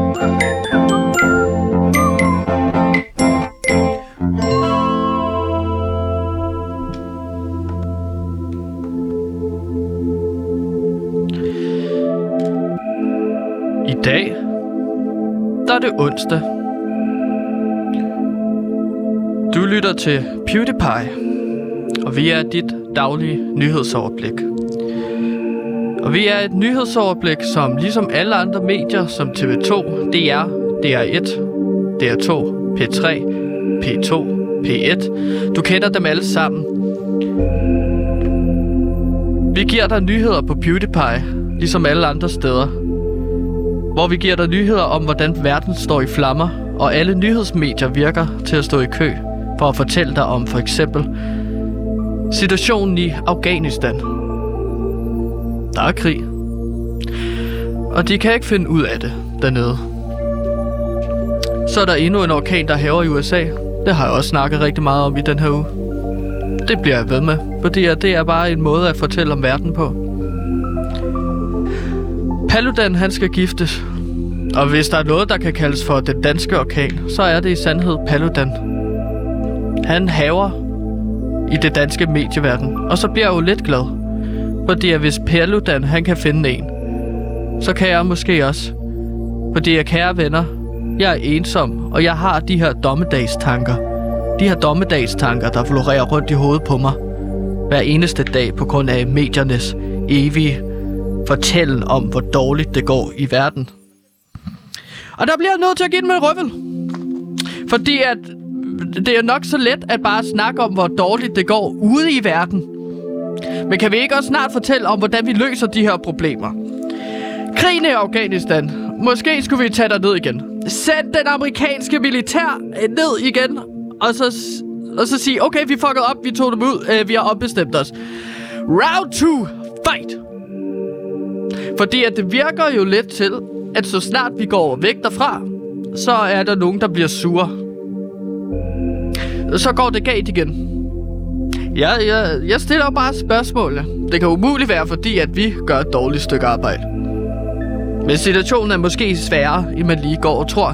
I dag, der er det onsdag. Du lytter til PewDiePie, og vi er dit daglige nyhedsoverblik. Og vi er et nyhedsoverblik, som ligesom alle andre medier, som TV2, DR, DR1, DR2, P3, P2, P1. Du kender dem alle sammen. Vi giver dig nyheder på PewDiePie, ligesom alle andre steder. Hvor vi giver dig nyheder om, hvordan verden står i flammer, og alle nyhedsmedier virker til at stå i kø for at fortælle dig om for eksempel situationen i Afghanistan. Der er krig, og de kan ikke finde ud af det dernede. Så er der endnu en orkan, der hærger i USA. Det har jeg også snakket rigtig meget om i den her uge. Det bliver jeg ved med, fordi det er bare en måde at fortælle om verden på. Paludan, han skal giftes. Og hvis der er noget, der kan kaldes for den danske orkan, så er det i sandhed Paludan. Han haver i det danske medieverden, og så bliver jeg jo lidt glad. Fordi at hvis Paludan, han kan finde en, så kan jeg måske også. Fordi jeg, kære venner, jeg er ensom, og jeg har de her dommedagstanker. De her dommedagstanker, der florerer rundt i hovedet på mig hver eneste dag på grund af mediernes evige fortællen om, hvor dårligt det går i verden. Og der bliver jeg nødt til at give den med røvel. Fordi at det er nok så let at bare snakke om, hvor dårligt det går ude i verden. Men kan vi ikke også snart fortælle om, hvordan vi løser de her problemer? Krigen i Afghanistan. Måske skulle vi tage der ned igen. Send den amerikanske militær ned igen. Og så sige, okay, vi fuckede op, vi tog dem ud, vi har ombestemt os. Round 2, fight! Fordi at det virker jo lidt til, at så snart vi går væk derfra, så er der nogen, der bliver sure. Så går det galt igen. Jeg stiller jo bare spørgsmål. Det kan umuligt være, fordi at vi gør et dårligt stykke arbejde. Men situationen er måske sværere, end man lige går og tror.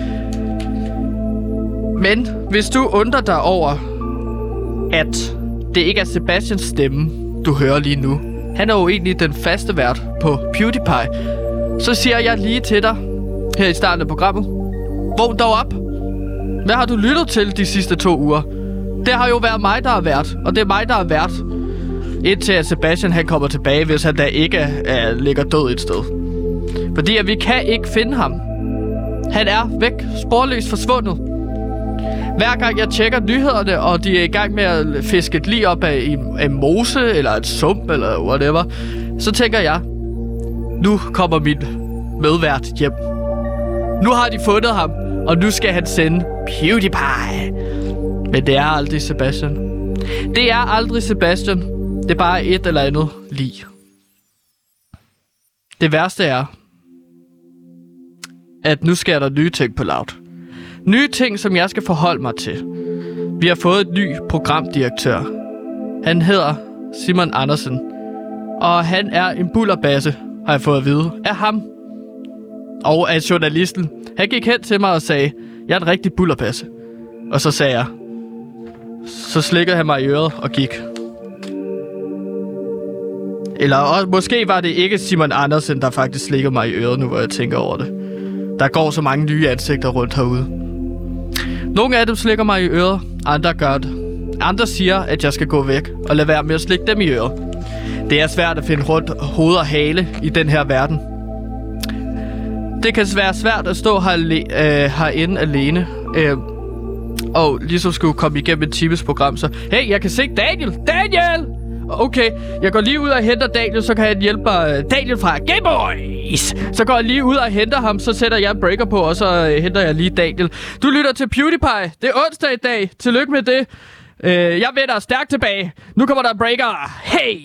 Men hvis du undrer dig over, at det ikke er Sebastians stemme, du hører lige nu. Han er jo egentlig den faste vært på PewDiePie. Så siger jeg lige til dig, her i starten af programmet. Vågn dog op. Hvad har du lyttet til de sidste 2 uger? Det har jo været mig, der har været. Og det er mig, der har været. Indtil at Sebastian, han kommer tilbage, hvis han da ikke ligger død et sted. Fordi at vi kan ikke finde ham. Han er væk, sporløst forsvundet. Hver gang jeg tjekker nyhederne, og de er i gang med at fiske et lig op af en mose, eller et sump, eller whatever, så tænker jeg, nu kommer min medvært hjem. Nu har de fundet ham, og nu skal han sende PewDiePie. Men det er aldrig Sebastian. Det er aldrig Sebastian. Det er bare et eller andet lig. Det værste er, at nu sker der nye ting på Loud. Nye ting, som jeg skal forholde mig til. Vi har fået et ny programdirektør. Han hedder Simon Andersen. Og han er en bullerbasse, har jeg fået at vide, af ham. Og af journalisten. Han gik hen til mig og sagde, jeg er en rigtig bullerbasse. Og så sagde jeg, så slikkede han mig i øret og gik. Eller måske var det ikke Simon Andersen, der faktisk slikkede mig i øret, nu hvor jeg tænker over det. Der går så mange nye ansigter rundt herude. Nogle af dem slikker mig i øret, andre gør det. Andre siger, at jeg skal gå væk og lade være med at slikke dem i øret. Det er svært at finde rundt hoved og hale i den her verden. Det kan være svært at stå herinde alene. Og ligesom skulle komme igennem et times program, så hey, jeg kan se Daniel! Daniel! Okay, jeg går lige ud og henter Daniel, så kan han hjælpe mig. Daniel fra Gameboys! Så går jeg lige ud og henter ham, så sætter jeg en breaker på, og så henter jeg lige Daniel. Du lytter til PewDiePie. Det er onsdag i dag. Tillykke med det. Jeg vender stærkt tilbage. Nu kommer der en breaker. Hey!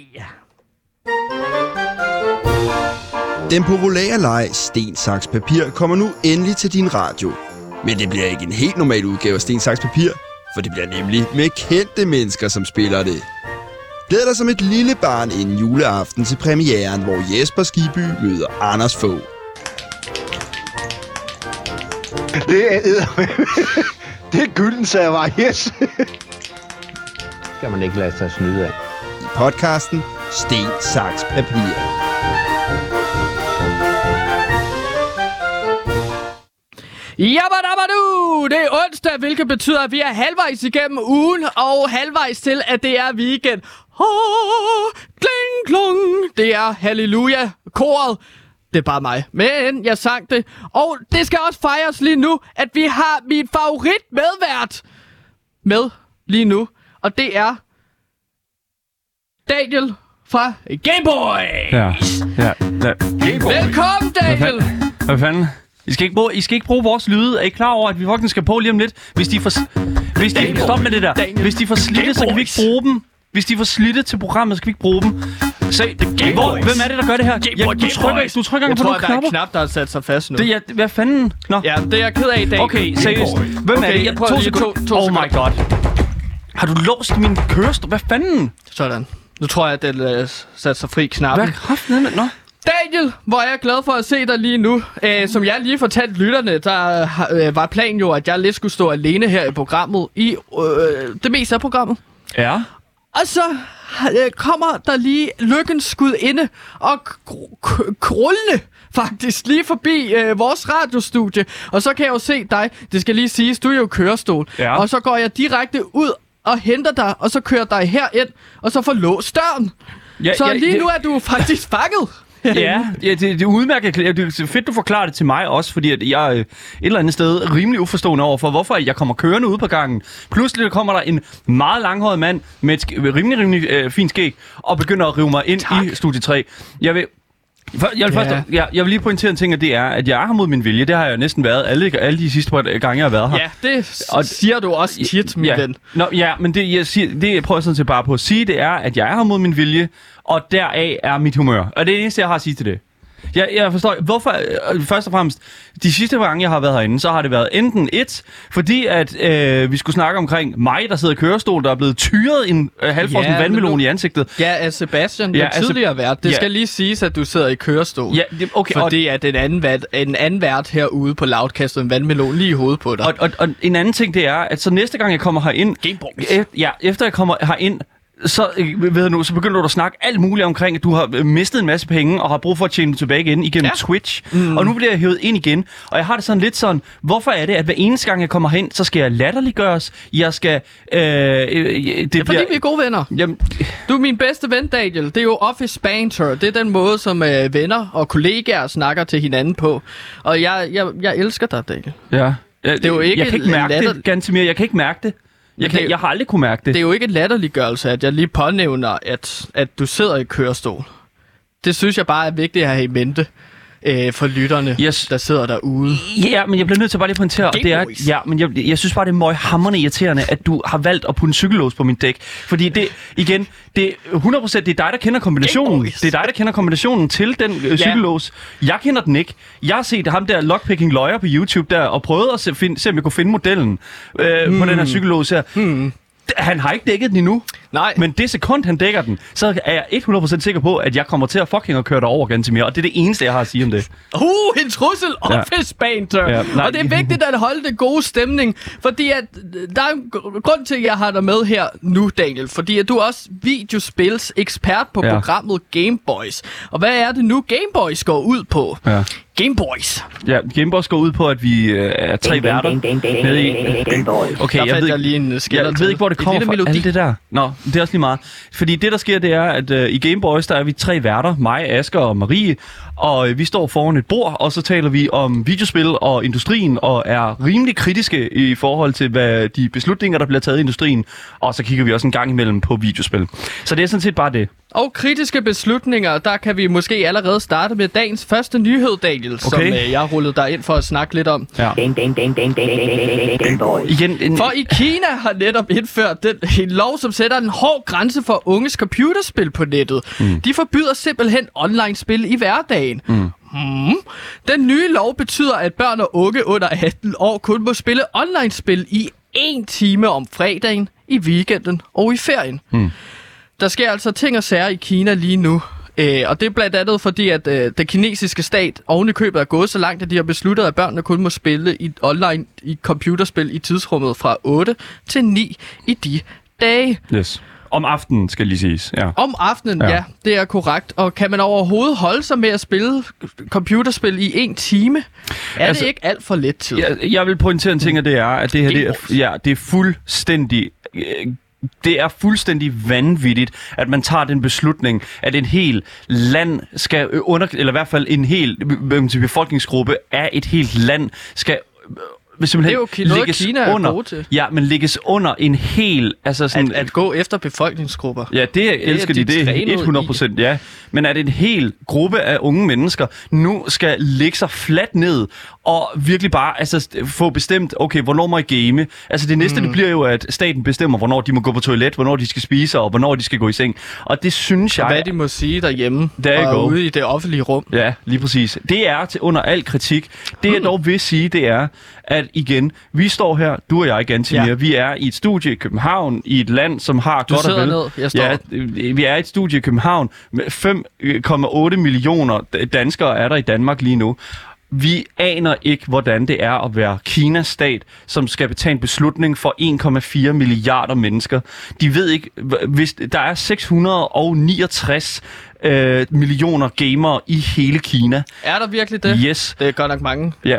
Den populære leg Sten, Saks, Papir kommer nu endelig til din radio. Men det bliver ikke en helt normal udgave af Sten, Saks, Papir, for det bliver nemlig med kendte mennesker, som spiller det. Glæd dig som et lille barn inden juleaften til premieren, hvor Jesper Skibby møder Anders Fogh. Det er det er gylden server, yes. Skal man ikke lade sig snyde af. I podcasten Sten, Saks, Papir. Jabadabadu! Det er onsdag, hvilket betyder, at vi er halvvejs igennem ugen, og halvvejs til, at det er weekend. Kling, klung! Det er halleluja-koret. Det er bare mig. Men jeg sang det. Og det skal også fejres lige nu, at vi har min favorit medvært med lige nu. Og det er Daniel fra Gameboy. Ja. Velkommen, Daniel. Hvad fanden? I skal ikke bruge vores lyde. Er I klar over, at vi faktisk skal på lige om lidt? Stop med det der. Daniel. Hvis de får slidte, så kan vi ikke bruge dem. Hvis de får slidte til programmet, så kan vi ikke bruge dem. Hvem er det, der gør det her? Du trykker på nogle knapper. Jeg tror, der er en knap, der har sat sig fast nu. Hvad fanden? Nå. Ja, det er jeg ked af i dag. Okay, seriøst. Hvem er det? Jeg prøver lige to Oh my god. Har du låst min kørestol? Hvad fanden? Sådan. Nu tror jeg, at den satte sig fri knappen. Hvad kraften? Nå. Daniel, hvor er jeg glad for at se dig lige nu. Som jeg lige fortalte lytterne, der var planen jo, at jeg lidt skulle stå alene her i programmet. I det meste af programmet. Ja. Og så kommer der lige lykkens skud inde og krullende faktisk lige forbi vores radiostudie. Og så kan jeg jo se dig. Det skal lige siges, du er jo kørestol. Ja. Og så går jeg direkte ud og henter dig, og så kører dig herind, og så får låst døren. Så lige nu er du faktisk fanget. Ja, det er udmærket. Det er fedt, du forklarer det til mig også, fordi at jeg er et eller andet sted rimelig uforstående over for, hvorfor jeg kommer kørende ud på gangen. Pludselig kommer der en meget langhåret mand med et rimelig fint skæg og begynder at rive mig ind i Studie 3. Jeg vil lige pointere en ting, og det er, at jeg er her mod min vilje. Det har jeg næsten været alle de sidste gange, jeg har været her. Ja, det siger du også tit, min ven. Men det prøver jeg sådan set bare på at sige, det er, at jeg er her mod min vilje, og deraf er mit humør. Og det er det eneste, jeg har at sige til det. Jeg forstår, hvorfor, først og fremmest, de sidste gange, jeg har været herinde, så har det været enten fordi at vi skulle snakke omkring mig, der sidder i kørestol, der er blevet tyret en halvfrossen vandmelon i ansigtet. Ja, af Sebastian, der tidligere vært. Det skal lige siges, at du sidder i kørestol. Ja, okay. Fordi at en anden vært herude på Loudcast en vandmelon lige i hovedet på dig. Og en anden ting, det er, at så næste gang jeg kommer herind, efter jeg kommer herind, så begynder du at snakke alt muligt omkring, at du har mistet en masse penge og har brug for at tjene tilbage igen igennem Twitch. Og nu bliver jeg hævet ind igen. Og jeg har det sådan lidt sådan, hvorfor er det, at hver eneste gang jeg kommer hen, så skal jeg latterliggøres? Jeg skal... fordi vi er gode venner. Jamen, du er min bedste ven, Daniel. Det er jo office banter. Det er den måde, som venner og kollegaer snakker til hinanden på. Og jeg elsker dig, Daniel. Ja. Det er jo ikke jeg kan ikke mærke det, Gantemir. Jeg kan ikke mærke det. Jeg har aldrig kunne mærke det. Det er jo ikke en latterliggørelse, at jeg lige pånævner, at du sidder i kørestol. Det synes jeg bare er vigtigt at have i mente for lytterne, der sidder derude. Ja, men jeg bliver nødt til at bare lige pointere, og det er, jeg synes bare, det er møghamrende irriterende, at du har valgt at putte en cykellås på min dæk. Fordi det er 100%, det er dig, der kender kombinationen. Det er dig, der kender kombinationen til den cykellås. Jeg kender den ikke. Jeg har set ham der lockpicking lawyer på YouTube der, og prøvet at se om jeg kunne finde modellen på den her cykellås her. Han har ikke dækket den endnu. Nej. Men det sekund, han dækker den, så er jeg 100% sikker på, at jeg kommer til at fucking køre dig over, Gantemir. Og det er det eneste, jeg har at sige om det. En trussel! Office banter! Ja, og det er vigtigt at holde det gode stemning, fordi at der er en grund til, at jeg har dig med her nu, Daniel. Fordi at du er også videospils ekspert på programmet Gameboys. Og hvad er det nu, Gameboys går ud på? Ja. Gameboys. Ja, Gameboys går ud på, at vi er 3 værter. Okay, jeg lige en skiller. Jeg ved ikke, hvor det kommer fra. Alt det der. Nå, det er også lige meget. Fordi det, der sker, det er, at i Gameboys, der er vi 3 værter. Mig, Asger og Marie. Og vi står foran et bord, og så taler vi om videospil og industrien, og er rimelig kritiske i forhold til, hvad de beslutninger, der bliver taget i industrien. Og så kigger vi også en gang imellem på videospil. Så det er sådan set bare det. Og kritiske beslutninger, der kan vi måske allerede starte med dagens første nyhed, Daniel, som jeg rullede dig ind for at snakke lidt om. Ja. For i Kina har netop indført en lov, som sætter en hård grænse for unges computerspil på nettet. De forbyder simpelthen online-spil i hverdagen. Den nye lov betyder, at børn og unge under 18 år kun må spille online-spil i 1 time om fredagen, i weekenden og i ferien. Der sker altså ting og sager i Kina lige nu. Og det er blandt andet fordi, at den kinesiske stat oven i købet er gået så langt, at de har besluttet, at børnene kun må spille online i computerspil i tidsrummet fra 8 til 9 i de dage. Yes. Om aftenen, skal lige siges. Ja. Om aftenen, ja, det er korrekt. Og kan man overhovedet holde sig med at spille computerspil i 1 time? Er det ikke alt for let tid? Jeg vil pointere en ting, og det er, at det her det er fuldstændig... Det er fuldstændig vanvittigt, at man tager den beslutning, at en hel land skal eller i hvert fald en hel befolkningsgruppe af et helt land skal det er jo noget, Kina er gode til. Ja, men lægges under en hel... Altså sådan, at gå efter befolkningsgrupper. Ja, det elsker de. Det er 100%, ja. Men at en hel gruppe af unge mennesker nu skal lægge sig fladt ned og virkelig bare få bestemt, okay, hvornår må I game? Altså det næste, det bliver jo, at staten bestemmer, hvornår de må gå på toilet, hvornår de skal spise, og hvornår de skal gå i seng. Og det synes jeg... Hvad de må sige derhjemme og ude i det offentlige rum. Ja, lige præcis. Det er under al kritik. Det jeg dog vil sige, det er, at igen, vi står her, du og jeg, Gantimir, vi er i et studie i København, i et land, som har godt og vel... Ja, vi er i et studie i København, med 5,8 millioner danskere er der i Danmark lige nu. Vi aner ikke, hvordan det er at være Kinas stat, som skal betage en beslutning for 1,4 milliarder mennesker. De ved ikke, hvis der er 669 millioner gamere i hele Kina. Er der virkelig det? Yes. Det er godt nok mange. Ja,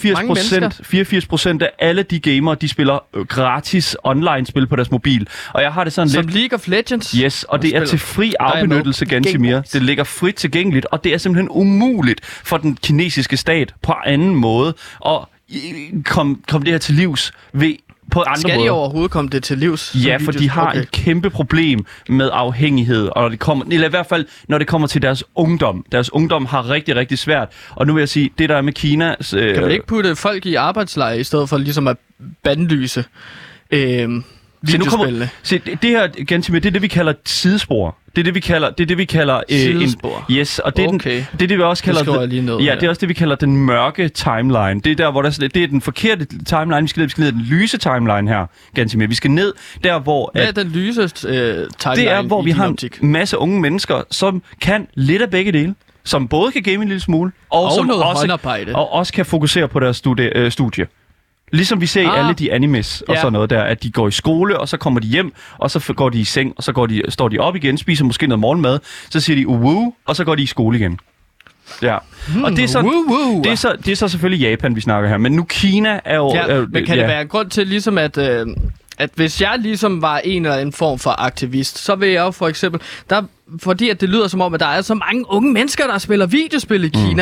84% af alle de gamere, de spiller gratis online-spil på deres mobil. Og jeg har det sådan som lidt... Som League of Legends? Yes, og det er til fri afbenyttelse, Gantimir. Det ligger frit tilgængeligt, og det er simpelthen umuligt for den kinesiske stat på anden måde at komme det her til livs ved på andre Skal de måder. overhovedet komme det til livs? Ja, for de har et kæmpe problem med afhængighed, og når det kommer, eller i hvert fald når det kommer til deres ungdom. Deres ungdom har rigtig, rigtig svært. Og nu vil jeg sige, det der er med Kina... Kan man ikke putte folk i arbejdslejre, i stedet for ligesom at bandlyse videospillene? Det her, Gantimir, det er det, vi kalder et sidespor. Det er det, vi kalder sidespor. Yes, og det er det vi også kalder det er også det, vi kalder den mørke timeline. Det er der, hvor det er den forkerte timeline. Vi skal ned den lyse timeline her, Gantimir. Vi skal ned der, hvor... Hvad er den lyse timeline? Det er, hvor vi har en masse unge mennesker, som kan lidt af begge dele. Som både kan game en lille smule, og som også kan fokusere på deres studie. Ligesom vi ser i alle de animes og sådan noget der, at de går i skole, og så kommer de hjem, og så går de i seng, og så står de op igen, spiser måske noget morgenmad, så siger de woo, og så går de i skole igen. Ja. Og det er så selvfølgelig Japan, vi snakker her, men nu Kina er jo... men kan det være en grund til ligesom at hvis jeg ligesom var en eller anden form for aktivist, så vil jeg jo for eksempel... Fordi at det lyder som om, at der er så mange unge mennesker, der spiller videospil i Kina,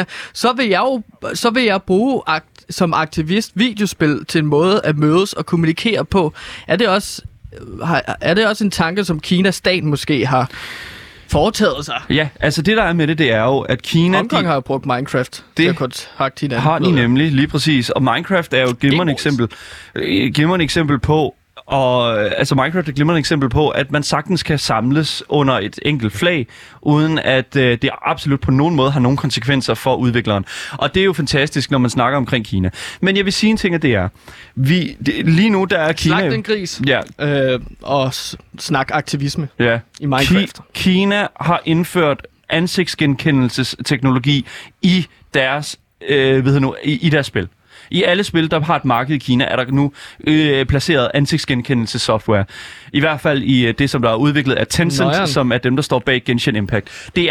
så vil jeg bruge som aktivist videospil til en måde at mødes og kommunikere på. Er det også en tanke, som Kinas stat måske har foretaget sig? Ja, altså det der er med det er jo, at Kina... Hongkong har jo brugt Minecraft til at kontakte hinanden. Har de nemlig, lige præcis. Og Minecraft er jo et glimrende eksempel på, og altså Minecraft er et glimrende eksempel på, at man sagtens kan samles under et enkelt flag, uden at det absolut på nogen måde har nogen konsekvenser for udvikleren. Og det er jo fantastisk, når man snakker omkring Kina. Men jeg vil sige en ting, at det er, lige nu der er Kina... Slag den gris, og snak aktivisme i Minecraft. Kina har indført ansigtsgenkendelsesteknologi i deres, i deres spil. I alle spil, der har et marked i Kina, er der nu placeret ansigtsgenkendelsessoftware. I hvert fald i det, som der er udviklet af Tencent, som er dem, der står bag Genshin Impact. Det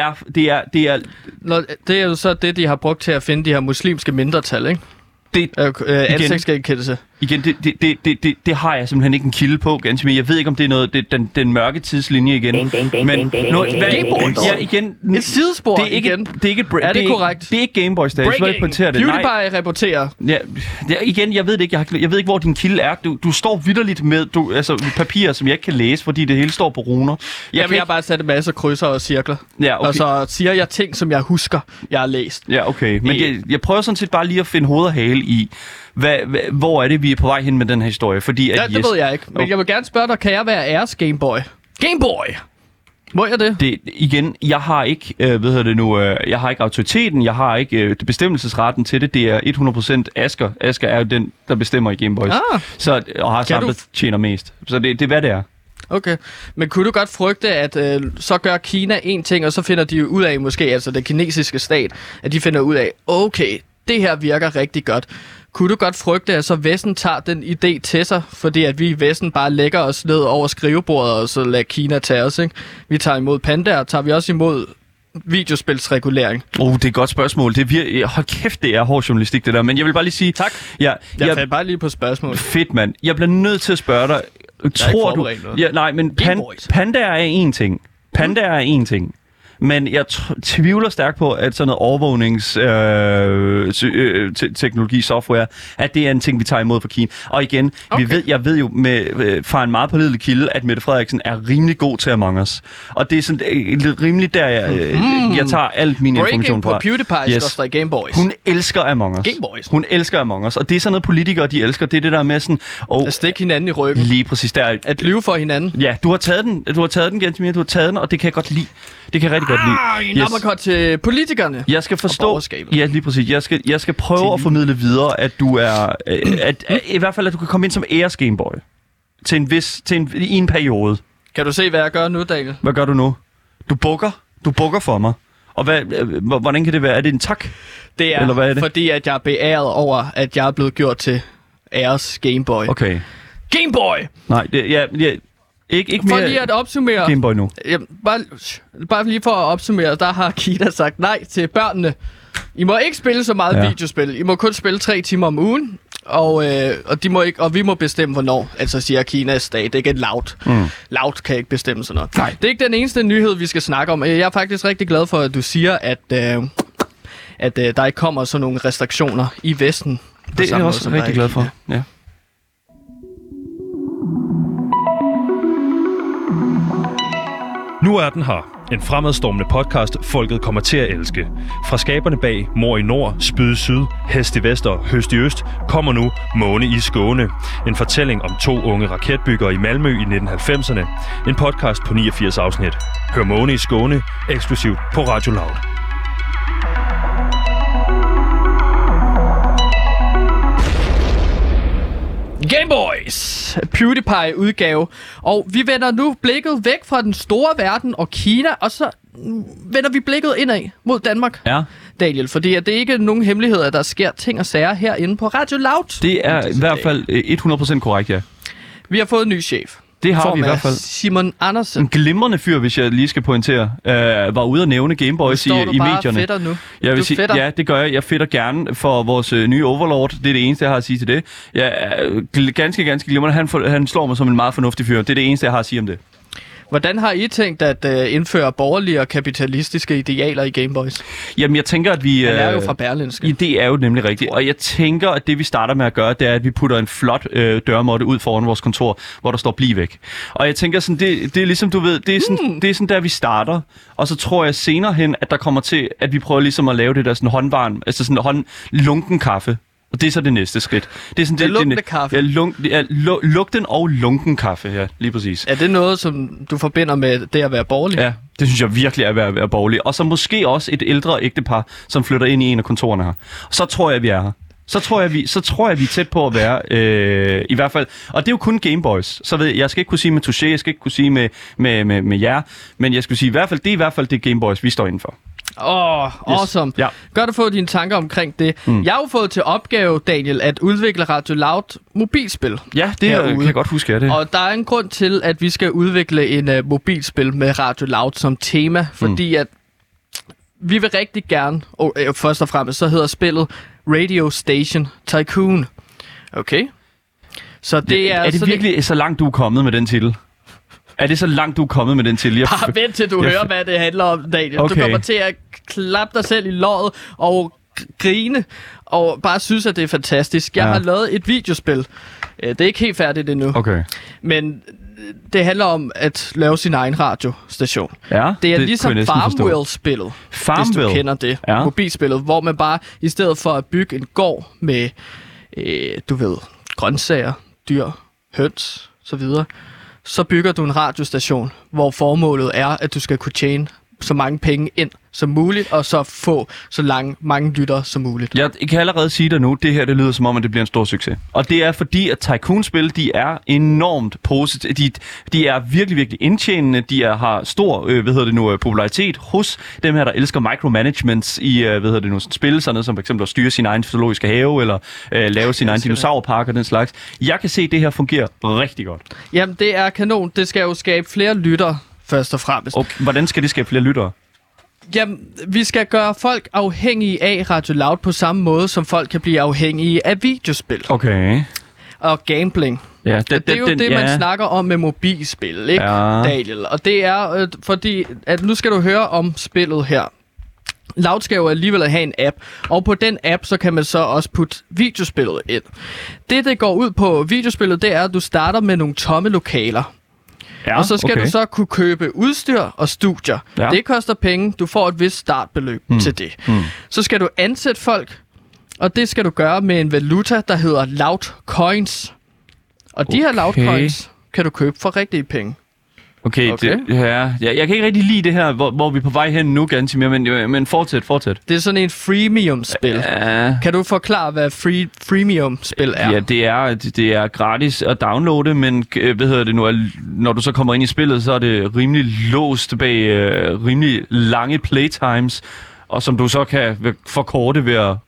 er jo så det, de har brugt til at finde de her muslimske mindretal, ikke? Ansigtsgenkendelse. Igen, det har jeg simpelthen ikke en kilde på, ganske mere. Jeg ved ikke, om det er noget, den mørke tidslinje igen. Men et sidespor igen. Det er ikke er det korrekt? Det er ikke Game Boy Stage. PewDiePie rapporterer. Ja, igen, jeg ved det ikke. Jeg ved ikke, hvor din kilde er. Du står vitterligt med papirer, som jeg ikke kan læse, fordi det hele står på runer. Jeg har bare sat en masse krydser og cirkler. Ja, okay. Og så siger jeg ting, som jeg husker, jeg har læst. Ja, okay. Men jeg prøver sådan set bare lige at finde hoved og hale i, hvor er det, vi er på vej hen med den her historie? Fordi at, det ved jeg ikke. Men jeg vil gerne spørge dig, kan jeg være æres Gameboy? Gameboy! Må jeg det? Igen, jeg har ikke, jeg har ikke autoriteten, jeg har ikke bestemmelsesretten til det. Det er 100% Asger. Asger er jo den, der bestemmer i Gameboys. Og har sammen, der tjener mest. Så det er, hvad det er. Okay, men kunne du godt frygte, at så gør Kina en ting, og så finder de ud af, måske altså den kinesiske stat, at de finder ud af, okay, det her virker rigtig godt. Kunne du godt frygte, at så Vesten tager den idé til sig, fordi at vi i Vesten bare lægger os ned over skrivebordet, og så lader Kina tage os, ikke? Vi tager imod pandaer, tager vi også imod videospilsregulering? Det er et godt spørgsmål. Hold kæft, det er hård journalistik, det der. Men jeg vil bare lige sige... Tak. Jeg fandt bare lige på spørgsmål. Fedt, mand. Jeg bliver nødt til at spørge dig. Tror du... Ja, nej, men pandaer er én ting. Pandaer er én ting. Men jeg tvivler stærkt på, at sådan noget overvågningsteknologi, software, at det er en ting, vi tager imod fra Kina. Og igen, jeg ved jo fra en meget pålidelig kilde, at Mette Frederiksen er rimelig god til Among Us. Og det er sådan rimeligt der, jeg tager alt min information fra. Breaking på PewDiePie, Game Boys. Hun elsker Among Us. Game Boys. Hun elsker Among Us. Og det er sådan noget, politikere, de elsker. Det er det der med sådan... at stikke hinanden i ryggen. Lige præcis der. At lyve for hinanden. Ja, du har taget den, Gentemir. Du har taget den, og det kan jeg godt lide. Det kan jeg rigtig godt lide. En uppercut til politikerne. Jeg skal forstå... Ja, lige præcis. Jeg skal prøve at formidle videre, at du er... I hvert fald, at du kan komme ind som æres Gameboy. I en periode. Kan du se, hvad jeg gør nu, Daniel? Hvad gør du nu? Du bukker for mig. Og hvordan kan det være? Er det en tak? Det er, eller hvad er det? Fordi at jeg er beæret over, at jeg er blevet gjort til æres Gameboy. Okay. Gameboy! Nej, ikke for mere lige at opsummere... Gameboy nu. Bare lige for at opsummere, der har Kina sagt nej til børnene. I må ikke spille så meget videospil. I må kun spille 3 timer om ugen. Og de må ikke, og vi må bestemme, hvornår. Altså siger Kinas stat. Det er ikke et loud. Loud kan ikke bestemme sådan noget. Nej. Det er ikke den eneste nyhed, vi skal snakke om. Jeg er faktisk rigtig glad for, at du siger, at der ikke kommer sådan nogle restriktioner i Vesten. Det er jeg også rigtig glad for. Ja. Nu er den her. En fremadstormende podcast, folket kommer til at elske. Fra skaberne bag Mor i Nord, Spyd i Syd, Hest i Vest og Høst i Øst, kommer nu Måne i Skåne. En fortælling om 2 unge raketbyggere i Malmø i 1990'erne. En podcast på 89 afsnit. Hør Måne i Skåne, eksklusivt på Radio Loud. Game Boys! PewDiePie-udgave. Og vi vender nu blikket væk fra den store verden og Kina, og så vender vi blikket indad mod Danmark. Ja. Daniel, fordi at det er ikke nogen hemmelighed, at der sker ting og sager herinde på Radio Loud. Det er i hvert fald 100% korrekt, ja. Vi har fået en ny chef. Det har vi i hvert fald. Simon Andersen. En glimrende fyr, hvis jeg lige skal pointere, var ude at nævne Gameboys i medierne. Fedter nu? Jeg vil sige, ja, det gør jeg. Jeg fedter gerne for vores nye overlord. Det er det eneste, jeg har at sige til det. Jeg er ganske glimrende. Han slår mig som en meget fornuftig fyr. Det er det eneste, jeg har at sige om det. Hvordan har I tænkt at indføre borgerlige og kapitalistiske idealer i Gameboys? Jamen, jeg tænker, at vi... Han er jo fra Berlingske. Det er jo nemlig rigtigt. Og jeg tænker, at det vi starter med at gøre, det er, at vi putter en flot dørmåtte ud foran vores kontor, hvor der står bliv væk. Og jeg tænker sådan, det er ligesom, du ved, det er sådan der, vi starter. Og så tror jeg senere hen, at der kommer til, at vi prøver ligesom at lave det der sådan håndvarm, altså sådan lunken kaffe. Og det er så det næste skridt. Det er sådan det lunkende kaffe. Lugten og lunken kaffe, ja, lige præcis. Er det noget, som du forbinder med det at være borgerlig? Ja, det synes jeg virkelig er at være borgerlig. Og så måske også et ældre ægtepar, som flytter ind i en af kontorerne her. Så tror jeg, vi er her. Så tror jeg, vi er tæt på at være, i hvert fald. Og det er jo kun Gameboys. Så ved jeg skal ikke kunne sige med Touché, jeg skal ikke kunne sige med jer. Men jeg skulle sige, det er i hvert fald det Gameboys, vi står indenfor. Awesome. Ja. Godt at få dine tanker omkring det. Jeg har jo fået til opgave, Daniel, at udvikle Radio Loud mobilspil. Ja, det kan jeg godt huske, det. Og der er en grund til, at vi skal udvikle en mobilspil med Radio Loud som tema, fordi at vi vil rigtig gerne, og først og fremmest, så hedder spillet Radio Station Tycoon. Okay? Så det er det virkelig så langt, du er kommet med den titel? Er det så langt, du er kommet med den til? Bare vent til du hører, hvad det handler om, Daniel. Okay. Du kommer til at klappe dig selv i låret og grine, og bare synes, at det er fantastisk. Jeg har lavet et videospil. Det er ikke helt færdigt endnu. Okay. Men det handler om at lave sin egen radiostation. Ja, det er ligesom Farmville-spillet, hvis du kender det. Ja. Mobilspillet, hvor man bare, i stedet for at bygge en gård med, du ved, grøntsager, dyr, høns, så videre, så bygger du en radiostation, hvor formålet er, at du skal kunne tjene så mange penge ind som muligt, og så få så mange lyttere som muligt. Jeg kan allerede sige dig nu, det her det lyder som om, at det bliver en stor succes. Og det er fordi, at Tycoon-spil, de er enormt positive. De er virkelig, virkelig indtjenende. De har stor, popularitet hos dem her, der elsker micromanagements i, spil, sådan noget som for eksempel at styre sin egen zoologiske have, eller lave sin egen dinosaurpark og den slags. Jeg kan se, at det her fungerer rigtig godt. Jamen, det er kanon. Det skal jo skabe flere lyttere, først og fremmest. Og hvordan skal det skabe flere lyttere? Jamen, vi skal gøre folk afhængige af Radio Loud på samme måde, som folk kan blive afhængige af videospil. Okay. Og gambling. Ja, det er jo det, man snakker om med mobilspil, ikke, Daniel? Og det er fordi, at nu skal du høre om spillet her. Loud skal jo alligevel have en app, og på den app, så kan man så også putte videospillet ind. Det går ud på videospillet, det er, at du starter med nogle tomme lokaler. Ja, og så skal du så kunne købe udstyr og studier. Ja. Det koster penge. Du får et vist startbeløb til det. Så skal du ansætte folk, og det skal du gøre med en valuta, der hedder Loud Coins. Og de her Loud Coins kan du købe for rigtige penge. Okay. Jeg kan ikke rigtig lide det her, hvor vi er på vej hen nu, Gantimir, men fortsæt. Det er sådan en freemium-spil. Ja. Kan du forklare, hvad freemium-spil er? Ja, det er gratis at downloade, men når du så kommer ind i spillet, så er det rimelig låst bag rimelig lange playtimes, og som du så kan forkorte ved at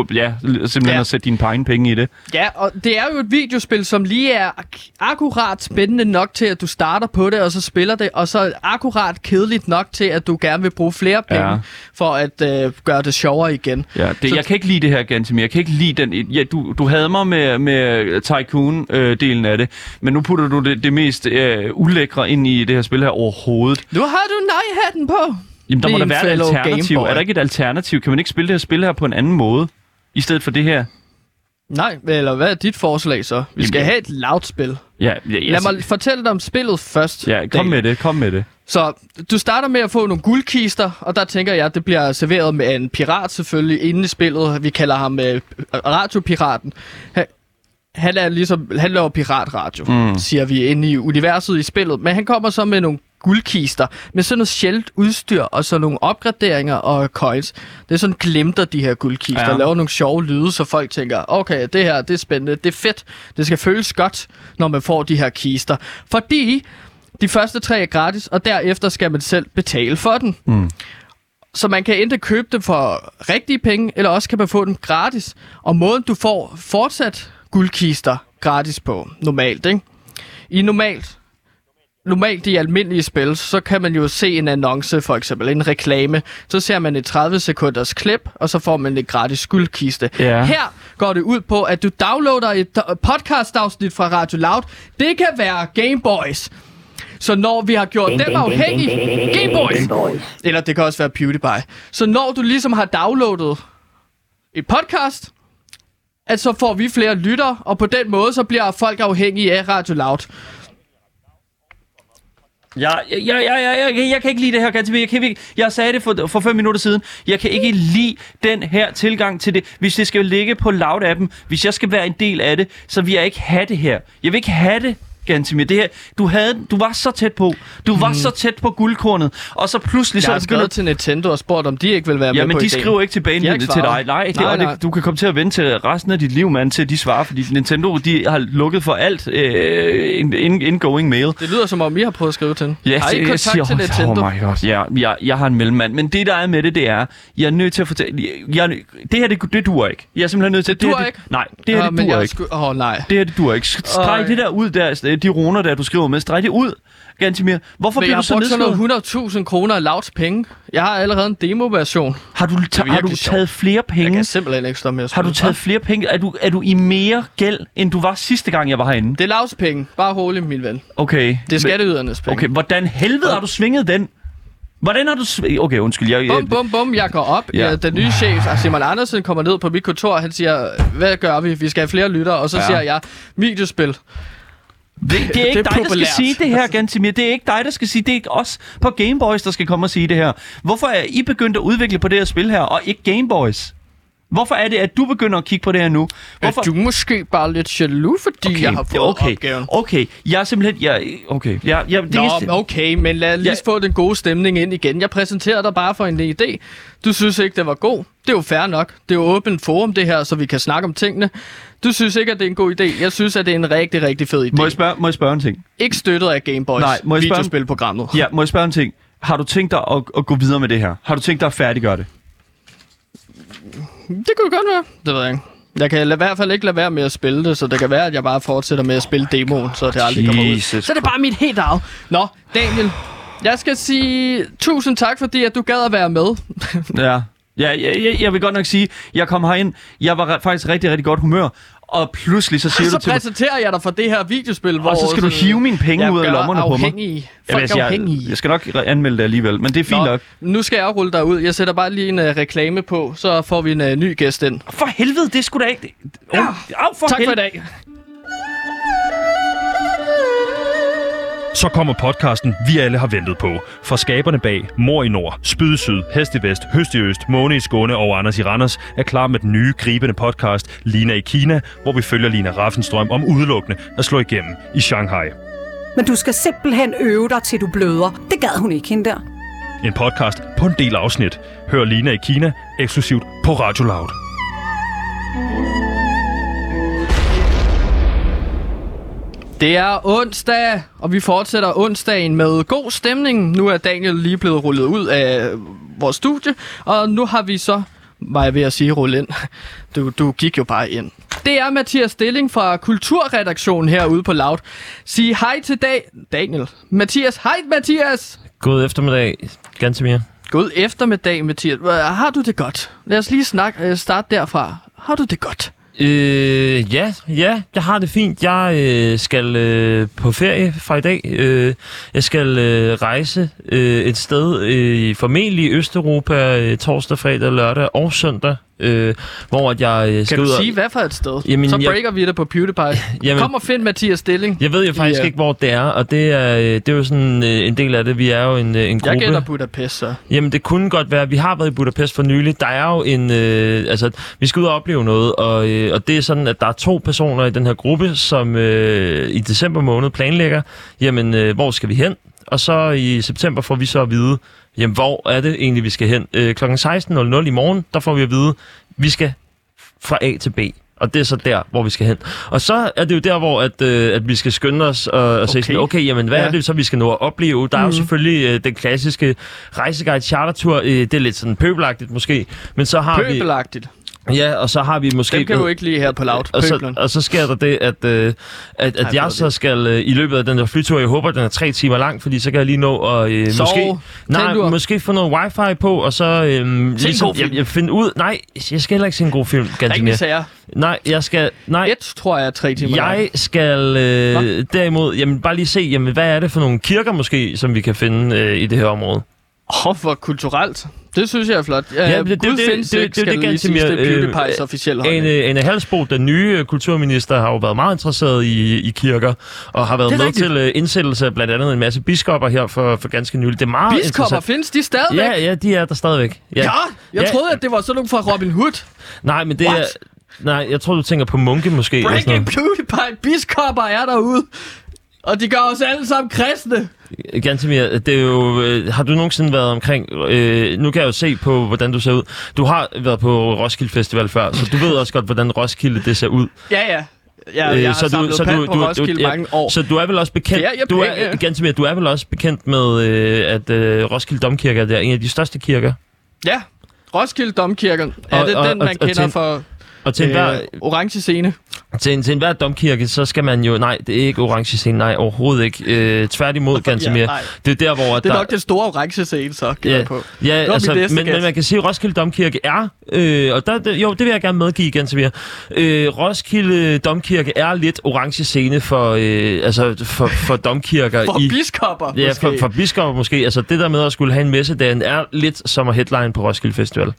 at sætte dine penge i det. Ja, og det er jo et videospil, som lige er akkurat spændende nok til, at du starter på det, og så spiller det, og så akkurat kedeligt nok til, at du gerne vil bruge flere penge, for at gøre det sjovere igen. Ja, jeg kan ikke lide det her, Gantimir. Jeg kan ikke lide den. Ja, du havde mig med Tycoon-delen af det, men nu putter du det mest ulækre ind i det her spil her overhovedet. Nu har du nej-hatten på! Jamen, der må der være et alternativ. Er der ikke et alternativ? Kan man ikke spille det her spil her på en anden måde, i stedet for det her? Nej, eller hvad er dit forslag så? Vi skal have et Loud-spil. Lad mig fortælle dig om spillet først. Ja, kom med det. Så du starter med at få nogle guldkister, og der tænker jeg, at det bliver serveret med en pirat selvfølgelig inde i spillet. Vi kalder ham radiopiraten. Han laver piratradio, siger vi, inde i universet i spillet. Men han kommer så med nogle guldkister, med sådan noget sjældent udstyr, og så nogle opgraderinger og coins. Det er sådan glimter de her guldkister, laver nogle sjove lyde, så folk tænker, okay, det her, det er spændende, det er fedt, det skal føles godt, når man får de her kister. Fordi de første 3 er gratis, og derefter skal man selv betale for den. Så man kan enten købe dem for rigtige penge, eller også kan man få dem gratis. Og måden du får fortsat guldkister gratis på, normalt, ikke? I normalt i almindelige spil, så kan man jo se en annonce, for eksempel en reklame. Så ser man et 30 sekunders klip, og så får man et gratis guldkiste. Yeah. Her går det ud på, at du downloader et podcast-afsnit fra Radio Loud. Det kan være Game Boys. Så når vi har gjort dem afhængige... Game Boys! Eller det kan også være PewDiePie. Så når du ligesom har downloadet et podcast, at så får vi flere lyttere, og på den måde, så bliver folk afhængige af Radio Loud. Jeg kan ikke lide det her, Gantimir. Jeg sagde det for 5 minutter siden. Jeg kan ikke lide den her tilgang til det. Hvis det skal ligge på Loud-appen, hvis jeg skal være en del af det, så vil jeg ikke have det her. Jeg vil ikke have det, Gantimir. Det her, du var så tæt på. Du var så tæt på guldkornet, og så pludselig så er det skrevet til Nintendo og spurgt, om de ikke vil være med på men de skriver ikke tilbage til dig. Nej. Du kan komme til at vente til resten af dit liv, mand, til de svarer, fordi Nintendo, de har lukket for alt incoming mail. Det lyder som om I har prøvet at skrive til den. Ja, har I kontakt til Nintendo? Oh my God. Jeg har en mellemmand, men det der er med det er, jeg er nødt til at fortælle, det her, det duer ikke. Jeg er simpelthen nødt til det duer ikke. Nej, det her, det duer ikke. Nej. Det her, det duer ikke. Streg det der ud der, de runer der, du skriver med, streg det ud, Gantimir. Hvorfor bliver du så nedskrevet? Jeg har brugt sådan 100.000 kroner af Louds penge. Jeg har allerede en demo-version. Har du taget flere penge? Jeg kan simpelthen ikke stå med at Har du taget flere penge? Er du i mere gæld, end du var sidste gang, jeg var herinde? Det er Louds penge. Bare rolig, min ven. Okay. Det er skatteydernes penge. Okay, hvordan helvede har du svinget den? Hvordan har du... Okay, undskyld. Bum. Jeg går op. Ja. Den nye chef, Simon Andersen, kommer ned på mit kontor. Han siger, hvad gør vi? Vi skal have flere lyttere. Og så siger jeg, videospil. Det er ikke dig, der skal sige det her, Gantimir. Det er ikke dig, der skal sige det. Det er ikke os på Game Boys, der skal komme og sige det her. Hvorfor er I begyndt at udvikle på det her spil her, og ikke Game Boys? Hvorfor er det, at du begynder at kigge på det her nu? Hvorfor? Du er måske bare lidt jaloux, fordi jeg har fået opgaven. Okay, jeg er simpelthen... Okay, men lad lige få den gode stemning ind igen. Jeg præsenterer dig bare for en idé. Du synes ikke, det var god. Det er jo fair nok. Det er jo åbent forum, det her, så vi kan snakke om tingene. Du synes ikke, at det er en god idé. Jeg synes, at det er en rigtig, rigtig fed idé. Må jeg spørge en ting? Ikke støttet af Gameboys videospilprogrammet. Ja, må jeg spørge en ting? Har du tænkt dig at gå videre med det her? Har du tænkt dig at færdiggøre det? Det kunne godt være. Det ved jeg ikke. Jeg kan i hvert fald ikke lade være med at spille det, så det kan være, at jeg bare fortsætter med at spille demoen, så det aldrig kommer ud. Så det er bare mit helt eget. Nå, Daniel, jeg skal sige tusind tak, fordi at du gad at være med. Jeg vil godt nok sige, jeg kom herind, jeg var faktisk rigtig, rigtig godt humør, og pludselig så siger du til mig... Så præsenterer jeg dig for det her videospil, hvor... Og så skal du hive mine penge ud af lommerne på mig. Jeg skal nok anmelde det alligevel, men det er fint nok. Nu skal jeg rulle dig ud. Jeg sætter bare lige en reklame på, så får vi en ny gæst ind. For helvede, det skulle da ikke... Tak for i dag. Så kommer podcasten, vi alle har ventet på. Fra skaberne bag Mor i Nord, Spyd i Syd, Hest i Vest, Høst i Øst, Måne i Skåne og Anders i Randers er klar med den nye, gribende podcast Lina i Kina, hvor vi følger Lina Raffenstrøm om udelukkende at slå igennem i Shanghai. Men du skal simpelthen øve dig, til du bløder. Det gad hun ikke, hende der. En podcast på en del afsnit. Hør Lina i Kina eksklusivt på Radio Loud. Det er onsdag, og vi fortsætter onsdagen med god stemning. Nu er Daniel lige blevet rullet ud af vores studie, og nu har vi så, var jeg ved at sige, rulle ind. Du gik jo bare ind. Det er Mathias Stilling fra Kulturredaktionen herude på Loud. Sig hej til Daniel. Mathias, hej Mathias! God eftermiddag, Gantemir. God eftermiddag, Mathias. Har du det godt? Lad os lige starte derfra. Har du det godt? Ja, jeg har det fint. Jeg skal på ferie fra i dag. Jeg skal rejse et sted, formentlig i Østeuropa, torsdag, fredag, lørdag og søndag. Hvor at jeg skal kan du ud sige, hvad for et sted? Jamen, så breaker vi det på PewDiePie. Kom og find Mathias Stilling. Jeg ved jo faktisk ikke, hvor det er, og det er jo sådan en del af det. Vi er jo en gruppe. Jeg gætter Budapest, så. Jamen, det kunne godt være. Vi har været i Budapest for nylig. Der er jo en... vi skal ud og opleve noget, og det er sådan, at der er 2 personer i den her gruppe, som i december måned planlægger, jamen, hvor skal vi hen? Og så i september får vi så at vide, jamen, hvor er det egentlig, vi skal hen? Klokken 16.00 i morgen, der får vi at vide, vi skal fra A til B. Og det er så der, hvor vi skal hen. Og så er det jo der, hvor at vi skal skynde os og se sådan, okay, jamen, hvad er det så, vi skal nå at opleve? Der er jo selvfølgelig den klassiske rejseguide chartertur. Det er lidt sådan pøbelagtigt måske. Men så har pøbelagtigt? Ja, og så har vi måske... Dem kan du ikke lige her på Loud. Og så sker der det, at jeg så skal i løbet af den der flytur, jeg håber, den er 3 timer lang, fordi så kan jeg lige nå at måske få noget wifi på, og så ligesom, jeg finder ud... Nej, jeg skal heller ikke se en god film, Gantemir. Nej, jeg skal... Nej. 1 tror jeg er 3 timer lang. Jeg skal derimod... Jamen, bare lige se, jamen, hvad er det for nogle kirker måske, som vi kan finde i det her område? Hvor kulturelt. Det synes jeg er flot. Det findes ikke, skal det lige sige, PewDiePie's officielle holdning. Ane Halsbo, den nye kulturminister, har jo været meget interesseret i kirker, og har været med til indsættelse af blandt andet en masse biskopper her for ganske nylig. Det er meget biskopper, findes de stadigvæk? Ja, de er der stadigvæk. Ja, jeg troede, at det var sådan nogle fra Robin Hood. Nej, men det er... Nej, jeg tror, du tænker på munke måske. Breaking PewDiePie, biskopper er derude. Og de gør os alle sammen kristne. Gantemir, det er jo... har du nogensinde været omkring... nu kan jeg jo se på, hvordan du ser ud. Du har været på Roskilde Festival før, så du ved også godt, hvordan Roskilde det ser ud. Ja. Jeg har samlet pand på Roskilde mange år. Så du er vel også bekendt... Gantemir, du er vel også bekendt med, at Roskilde Domkirke er en af de største kirker? Ja, Roskilde Domkirke. Er det den, man kender for... Og til orange scene. Til enhver domkirke, så skal man jo... Nej, det er ikke orange scene. Nej, overhovedet ikke. Tværtimod, Gantemir. Det er der, hvor... Det er nok det store orange scene, så. Ja, altså, men man kan sige, at Roskilde Domkirke er... og det vil jeg gerne medgive, Gantemir. Roskilde Domkirke er lidt orange scene for domkirker. For biskopper, ja, for biskopper måske. Altså, det der med at skulle have en messedagen er lidt som at headline på Roskilde Festival.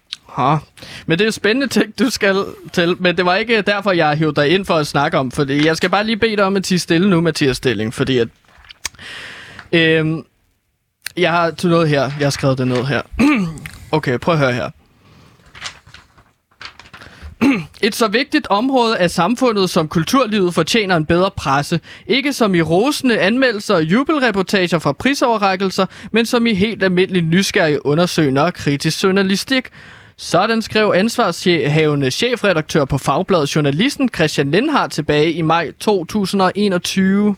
Men det er spændende ting, du skal til. Men det var ikke derfor, jeg hævde dig ind for at snakke om. Fordi jeg skal bare lige bede dig om at tie stille nu, Mathias Stilling. Fordi at... jeg har til noget her. Jeg har skrevet det ned her. Okay, prøv at høre her. Et så vigtigt område af samfundet som kulturlivet fortjener en bedre presse. Ikke som i rosende anmeldelser og jubelreportager fra prisoverrækkelser, men som i helt almindelig nysgerrig undersøgende og kritisk journalistik. Sådan skrev ansvarshavende chefredaktør på Fagbladet Journalisten Christian Lindhardt tilbage i maj 2021.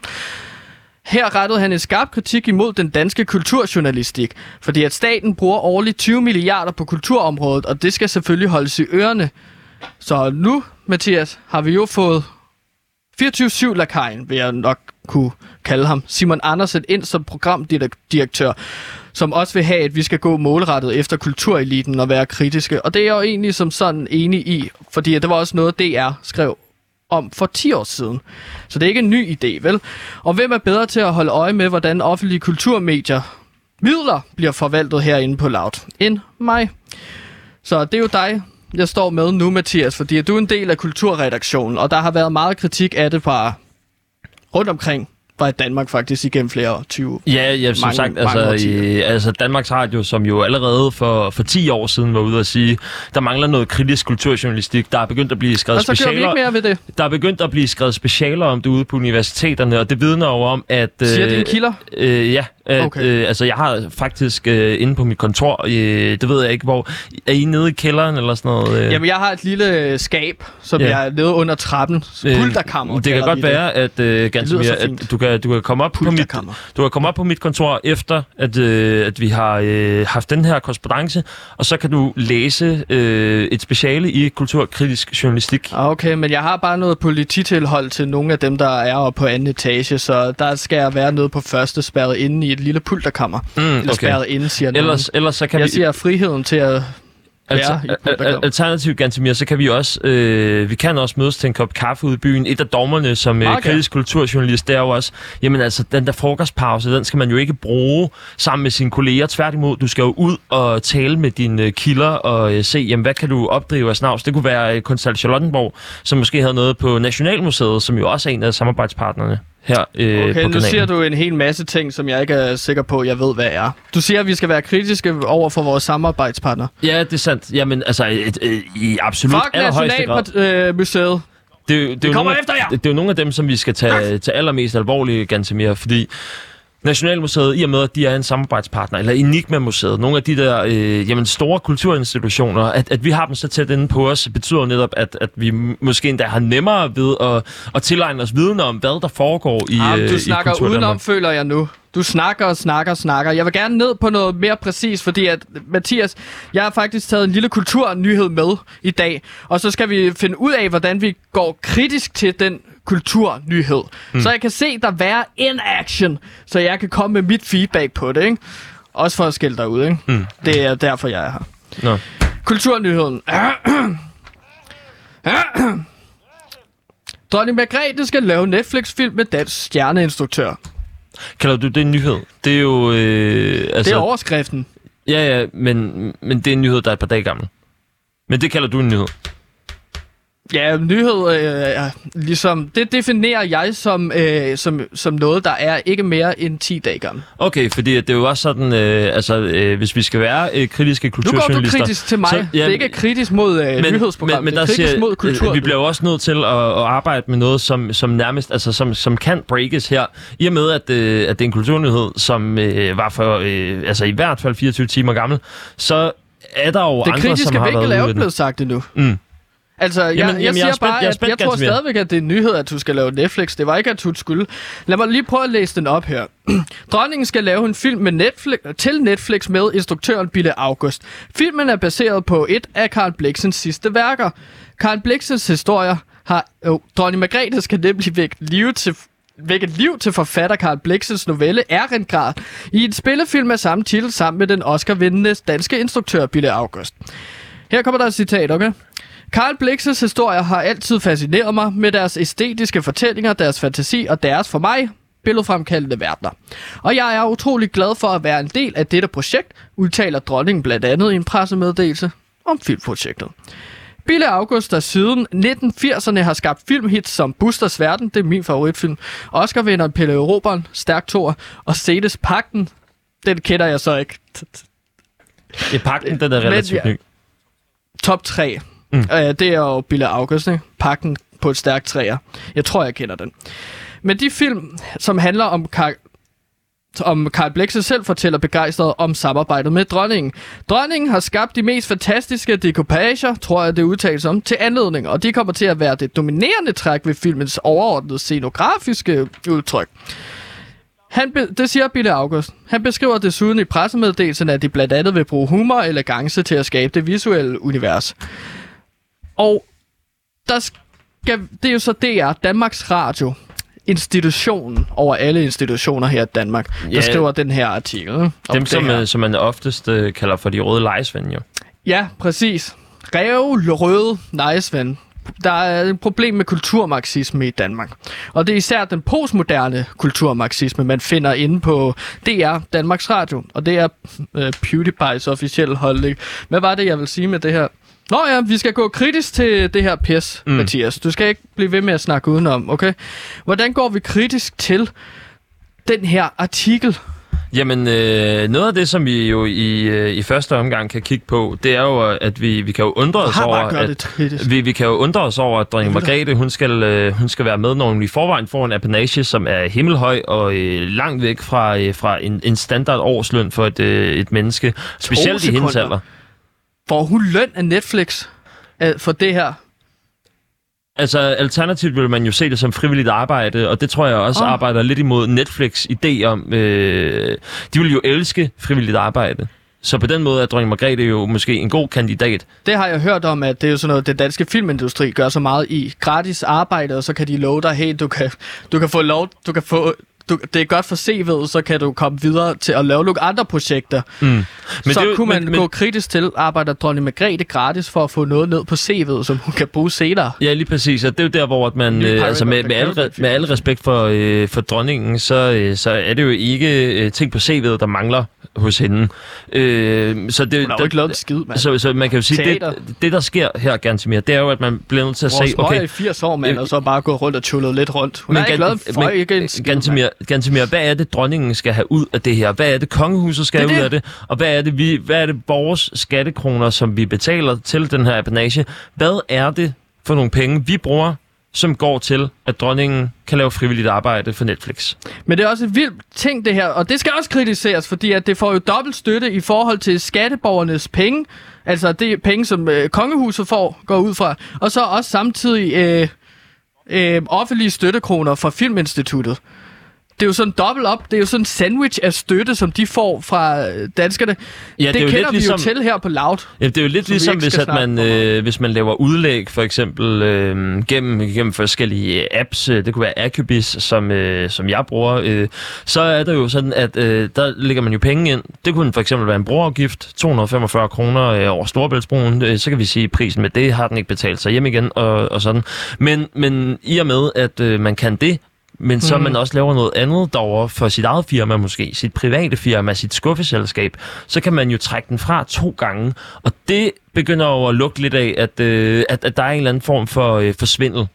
Her rettede han en skarp kritik imod den danske kulturjournalistik, fordi at staten bruger årligt 20 milliarder på kulturområdet, og det skal selvfølgelig holdes i ørerne. Så nu, Mathias, har vi jo fået 24/7-lakajen, vil jeg nok kunne kalde ham, Simon Andersen ind som programdirektør, som også vil have, at vi skal gå målrettet efter kultureliten og være kritiske. Og det er jeg jo egentlig som sådan enig i, fordi det var også noget, DR skrev om for 10 år siden. Så det er ikke en ny idé, vel? Og hvem er bedre til at holde øje med, hvordan offentlige kulturmedier midler bliver forvaltet herinde på Loud, end mig? Så det er jo dig, jeg står med nu, Mathias, fordi du er en del af kulturredaktionen, og der har været meget kritik af det fra rundt omkring fra Danmark faktisk igennem flere år, 20. Ja, som sagt, altså Danmarks Radio, som jo allerede for 10 år siden var ude at sige, der mangler noget kritisk kulturjournalistik. Der er begyndt at blive skrevet specialer. Og så gør vi ikke mere ved det. Der er begyndt at blive skrevet specialer om det ude på universiteterne, og det vidner jo om, at... Siger dine kilder? Ja. Okay. Altså, jeg har faktisk inde på mit kontor, det ved jeg ikke, hvor... Er I nede i kælderen eller sådan noget? Jamen, jeg har et lille skab, som jeg er nede under trappen. Pulterkammer. Det kan godt være, at Gantemir, at du kan komme op på mit kontor efter, at vi har haft den her korrespondance, og så kan du læse et speciale i kulturkritisk journalistik. Okay, men jeg har bare noget polititilhold til nogle af dem, der er oppe på anden etage, så der skal jeg være nede på første spærret inde i et lille pulterkammer. Eller spærret inde, siger nogen. Ellers så kan jeg siger friheden til at... Alternativt, Gantemir, så kan vi også vi kan også mødes til en kop kaffe ude i byen. Et af dommerne som kritisk kulturjournalist, det er jo også, jamen altså, den der frokostpause, den skal man jo ikke bruge sammen med sine kolleger. Tværtimod, du skal jo ud og tale med dine kilder og se, jamen hvad kan du opdrive af snavs? Det kunne være Kunsthal Charlottenborg, som måske havde noget på Nationalmuseet, som jo også er en af samarbejdspartnerne her på kanalen. Nu siger du en hel masse ting, som jeg ikke er sikker på, jeg ved, hvad er. Du siger, at vi skal være kritiske over for vores samarbejdspartnere. Ja, det er sandt. Jamen, altså, i absolut allerhøjeste grad. Fuck Nationalmuseet. Det er jo nogle af dem, som vi skal tage allermest alvorligt, Gantemir, fordi Nationalmuseet, i og med, at de er en samarbejdspartner, eller Enigma-museet, nogle af de der store kulturinstitutioner, at vi har dem så tæt inde på os, betyder netop, at vi måske endda har nemmere ved at tilegne os viden om, hvad der foregår i du snakker udenom, føler jeg nu. Du snakker. Jeg vil gerne ned på noget mere præcis, fordi at, Mathias, jeg har faktisk taget en lille kulturnyhed med i dag, og så skal vi finde ud af, hvordan vi går kritisk til den kulturnyhed. Så jeg kan se der være in action, så jeg kan komme med mit feedback på det, ikke? Også for at skille dig ud, ikke? Det er derfor, jeg er her. No. Kulturnyheden. Dronning Margrethe skal lave Netflix-film med dansk stjerneinstruktør. Kalder du det en nyhed? Det er jo... det er overskriften. Ja, men det er en nyhed, der er et par dage gammel. Men det kalder du en nyhed? Ja, nyhed, ligesom, det definerer jeg som noget, der er ikke mere end 10 dage gammel. Okay, fordi det er jo også sådan, hvis vi skal være kritiske kulturjournalister... Nu går du kritisk til mig. Så, det er ikke kritisk mod nyhedsprogrammet, men det er kritisk mod kultur. Vi bliver jo også nødt til at arbejde med noget, som nærmest, altså som kan breakes her. I og med, at det er en kulturnyhed, som var for, i hvert fald 24 timer gammel, så er der jo andre, som har været... Det kritiske vinkel er jo blevet sagt endnu. Altså, jeg siger bare, at jeg tror stadigvæk, at det er en nyhed, at du skal lave Netflix. Det var ikke, at du skulle. Lad mig lige prøve at læse den op her. Dronningen skal lave en film med til Netflix med instruktøren Bille August. Filmen er baseret på et af Karen Blixens sidste værker. Karen Blixens historier har... Dronning Margrethe skal nemlig vække liv til forfatter Karen Blixens novelle Erindgrad i en spillefilm af samme titel sammen med den Oscar-vindende danske instruktør Bille August. Her kommer der et citat, okay? Karen Blixens historier har altid fascineret mig med deres æstetiske fortællinger, deres fantasi og deres, for mig, billedfremkaldende verdener. Og jeg er utrolig glad for at være en del af dette projekt, udtaler dronningen blandt andet i en pressemeddelelse om filmprojektet. Bille August, der siden 1980'erne har skabt filmhits som Busters Verden, det er min favoritfilm, Oscar-vinderen Pelle Erobreren, Stærk Thor og Cedes Pagten, den kender jeg så ikke. Det er Pagten, den er relativt ny. Top 3 Det er jo Bille August, ikke? Pakken på et stærkt træer. Jeg tror, jeg kender den. Men de film, som handler om Carl Blexen selv fortæller begejstret om samarbejdet med dronningen. Dronningen har skabt de mest fantastiske dekoupager, tror jeg det udtales om, til anledning, og de kommer til at være det dominerende træk ved filmens overordnede scenografiske udtryk. Det siger Bille August. Han beskriver desuden i pressemeddelelsen, at de blandt andet vil bruge humor og elegance til at skabe det visuelle univers. Og det er jo så DR, Danmarks Radio, institutionen over alle institutioner her i Danmark, der skriver den her artikel. Dem, som man oftest kalder for de røde lejesvend, jo. Ja, præcis. Røde lejesvend. Der er et problem med kulturmarxisme i Danmark. Og det er især den postmoderne kulturmarxisme, man finder inde på DR, Danmarks Radio. Og det er PewDiePie's officielle holdning. Hvad var det, jeg vil sige med det her? Nå ja, vi skal gå kritisk til det her pis, Mathias. Du skal ikke blive ved med at snakke udenom, okay? Hvordan går vi kritisk til den her artikel? Jamen, noget af det, som vi jo i første omgang kan kigge på, det er jo, at vi kan jo undre os over, at vi kan jo undre os over, at dronning Margrethe, hun skal være med, når hun i forvejen får en apanage, som er himmelhøj og langt væk fra en standard årsløn for et menneske, specielt i hendes alder. Får hun løn af Netflix for det her? Altså, alternativt vil man jo se det som frivilligt arbejde, og det tror jeg også arbejder lidt imod Netflix' idé om. De vil jo elske frivilligt arbejde. Så på den måde er dronning Margrethe jo måske en god kandidat. Det har jeg hørt om, at det er jo sådan noget, den danske filmindustri gør så meget i gratis arbejde, og så kan de love dig, hey, du kan få lov, det er godt for CV'et, så kan du komme videre til at lave nogle andre projekter. Men så kunne man gå kritisk til, arbejder dronning Margrethe gratis for at få noget ned på CV'et, som hun kan bruge senere. Ja, lige præcis. Og det er jo der, hvor at man, altså med al respekt for dronningen, så er det jo ikke ting på CV'et, der mangler hos hende. Så det, hun har jo ikke lavet en skid, mand. Så man kan jo sige, det der sker her, Gantemir, det er jo, at man bliver nødt til at se, okay, i 80 år, mand, og så bare gå rundt og tullet lidt rundt. Hun har ikke lavet en skid, Gantemir, hvad er det, dronningen skal have ud af det her? Hvad er det, kongehuset skal have ud af det? Og hvad er det vores skattekroner, som vi betaler til den her apanage? Hvad er det for nogle penge, vi bruger, som går til, at dronningen kan lave frivilligt arbejde for Netflix? Men det er også et vildt ting, det her, og det skal også kritiseres, fordi at det får jo dobbelt støtte i forhold til skatteborgernes penge, altså det penge, som kongehuset går ud fra, og så også samtidig offentlige støttekroner fra Filminstituttet. Det er jo sådan dobbelt op. Det er jo sådan en sandwich af støtte, som de får fra danskerne. Ja, det kender vi jo til her på Loud. Ja, det er jo lidt ligesom, hvis man laver udlæg, for eksempel gennem forskellige apps. Det kunne være Acubis, som jeg bruger. Så er det jo sådan, at der lægger man jo penge ind. Det kunne for eksempel være en broafgift, 245 kroner over Storebæltsbroen. Så kan vi sige, at prisen med det har den ikke betalt sig hjem igen og sådan. Men i og med, at man kan det, men så man også laver noget andet derovre for sit eget firma måske, sit private firma, sit skuffeselskab, så kan man jo trække den fra 2 gange. Og det begynder jo at lugte lidt af, at der er en eller anden form for svindel.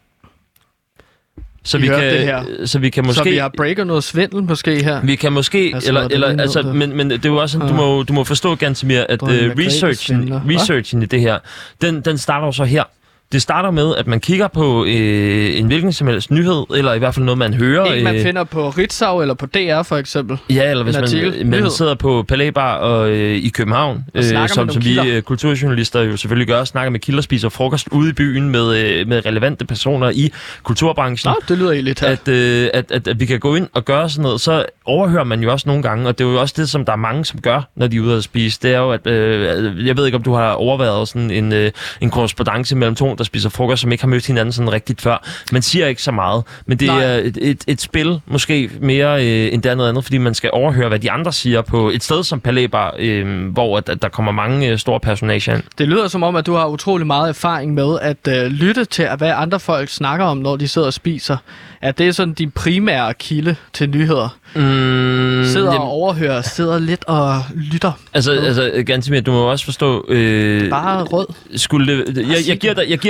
Så vi kan måske... Så vi har breaket noget svindel måske her? Vi kan måske... Men det er jo også sådan, du må forstå, Gantemir, at researchen i det her, den starter jo så her. Det starter med, at man kigger på en hvilken som helst nyhed, eller i hvert fald noget, man hører. En, man finder på Ritzau eller på DR, for eksempel. Ja, eller hvis man sidder på Palæ Bar i København, som vi kulturjournalister jo selvfølgelig gør, snakker med kilder, spiser frokost ude i byen med relevante personer i kulturbranchen. Det lyder egentlig her. At vi kan gå ind og gøre sådan noget, så overhører man jo også nogle gange, og det er jo også det, som der er mange, som gør, når de er ude at spise. Det er jo, at jeg ved ikke, om du har overvejet sådan en korrespondance mellem to, der spiser frokost, som ikke har mødt hinanden sådan rigtigt før. Man siger ikke så meget, men det er et spil, måske mere end det er noget andet, fordi man skal overhøre, hvad de andre siger på et sted som Palæ Bar, hvor der kommer mange store personager ind. Det lyder som om, at du har utrolig meget erfaring med at lytte til, hvad andre folk snakker om, når de sidder og spiser. At det er sådan din primære kilde til nyheder. Sidder og overhører, sidder lidt og lytter. Altså Gantemir, du må også forstå... bare rød. Jeg giver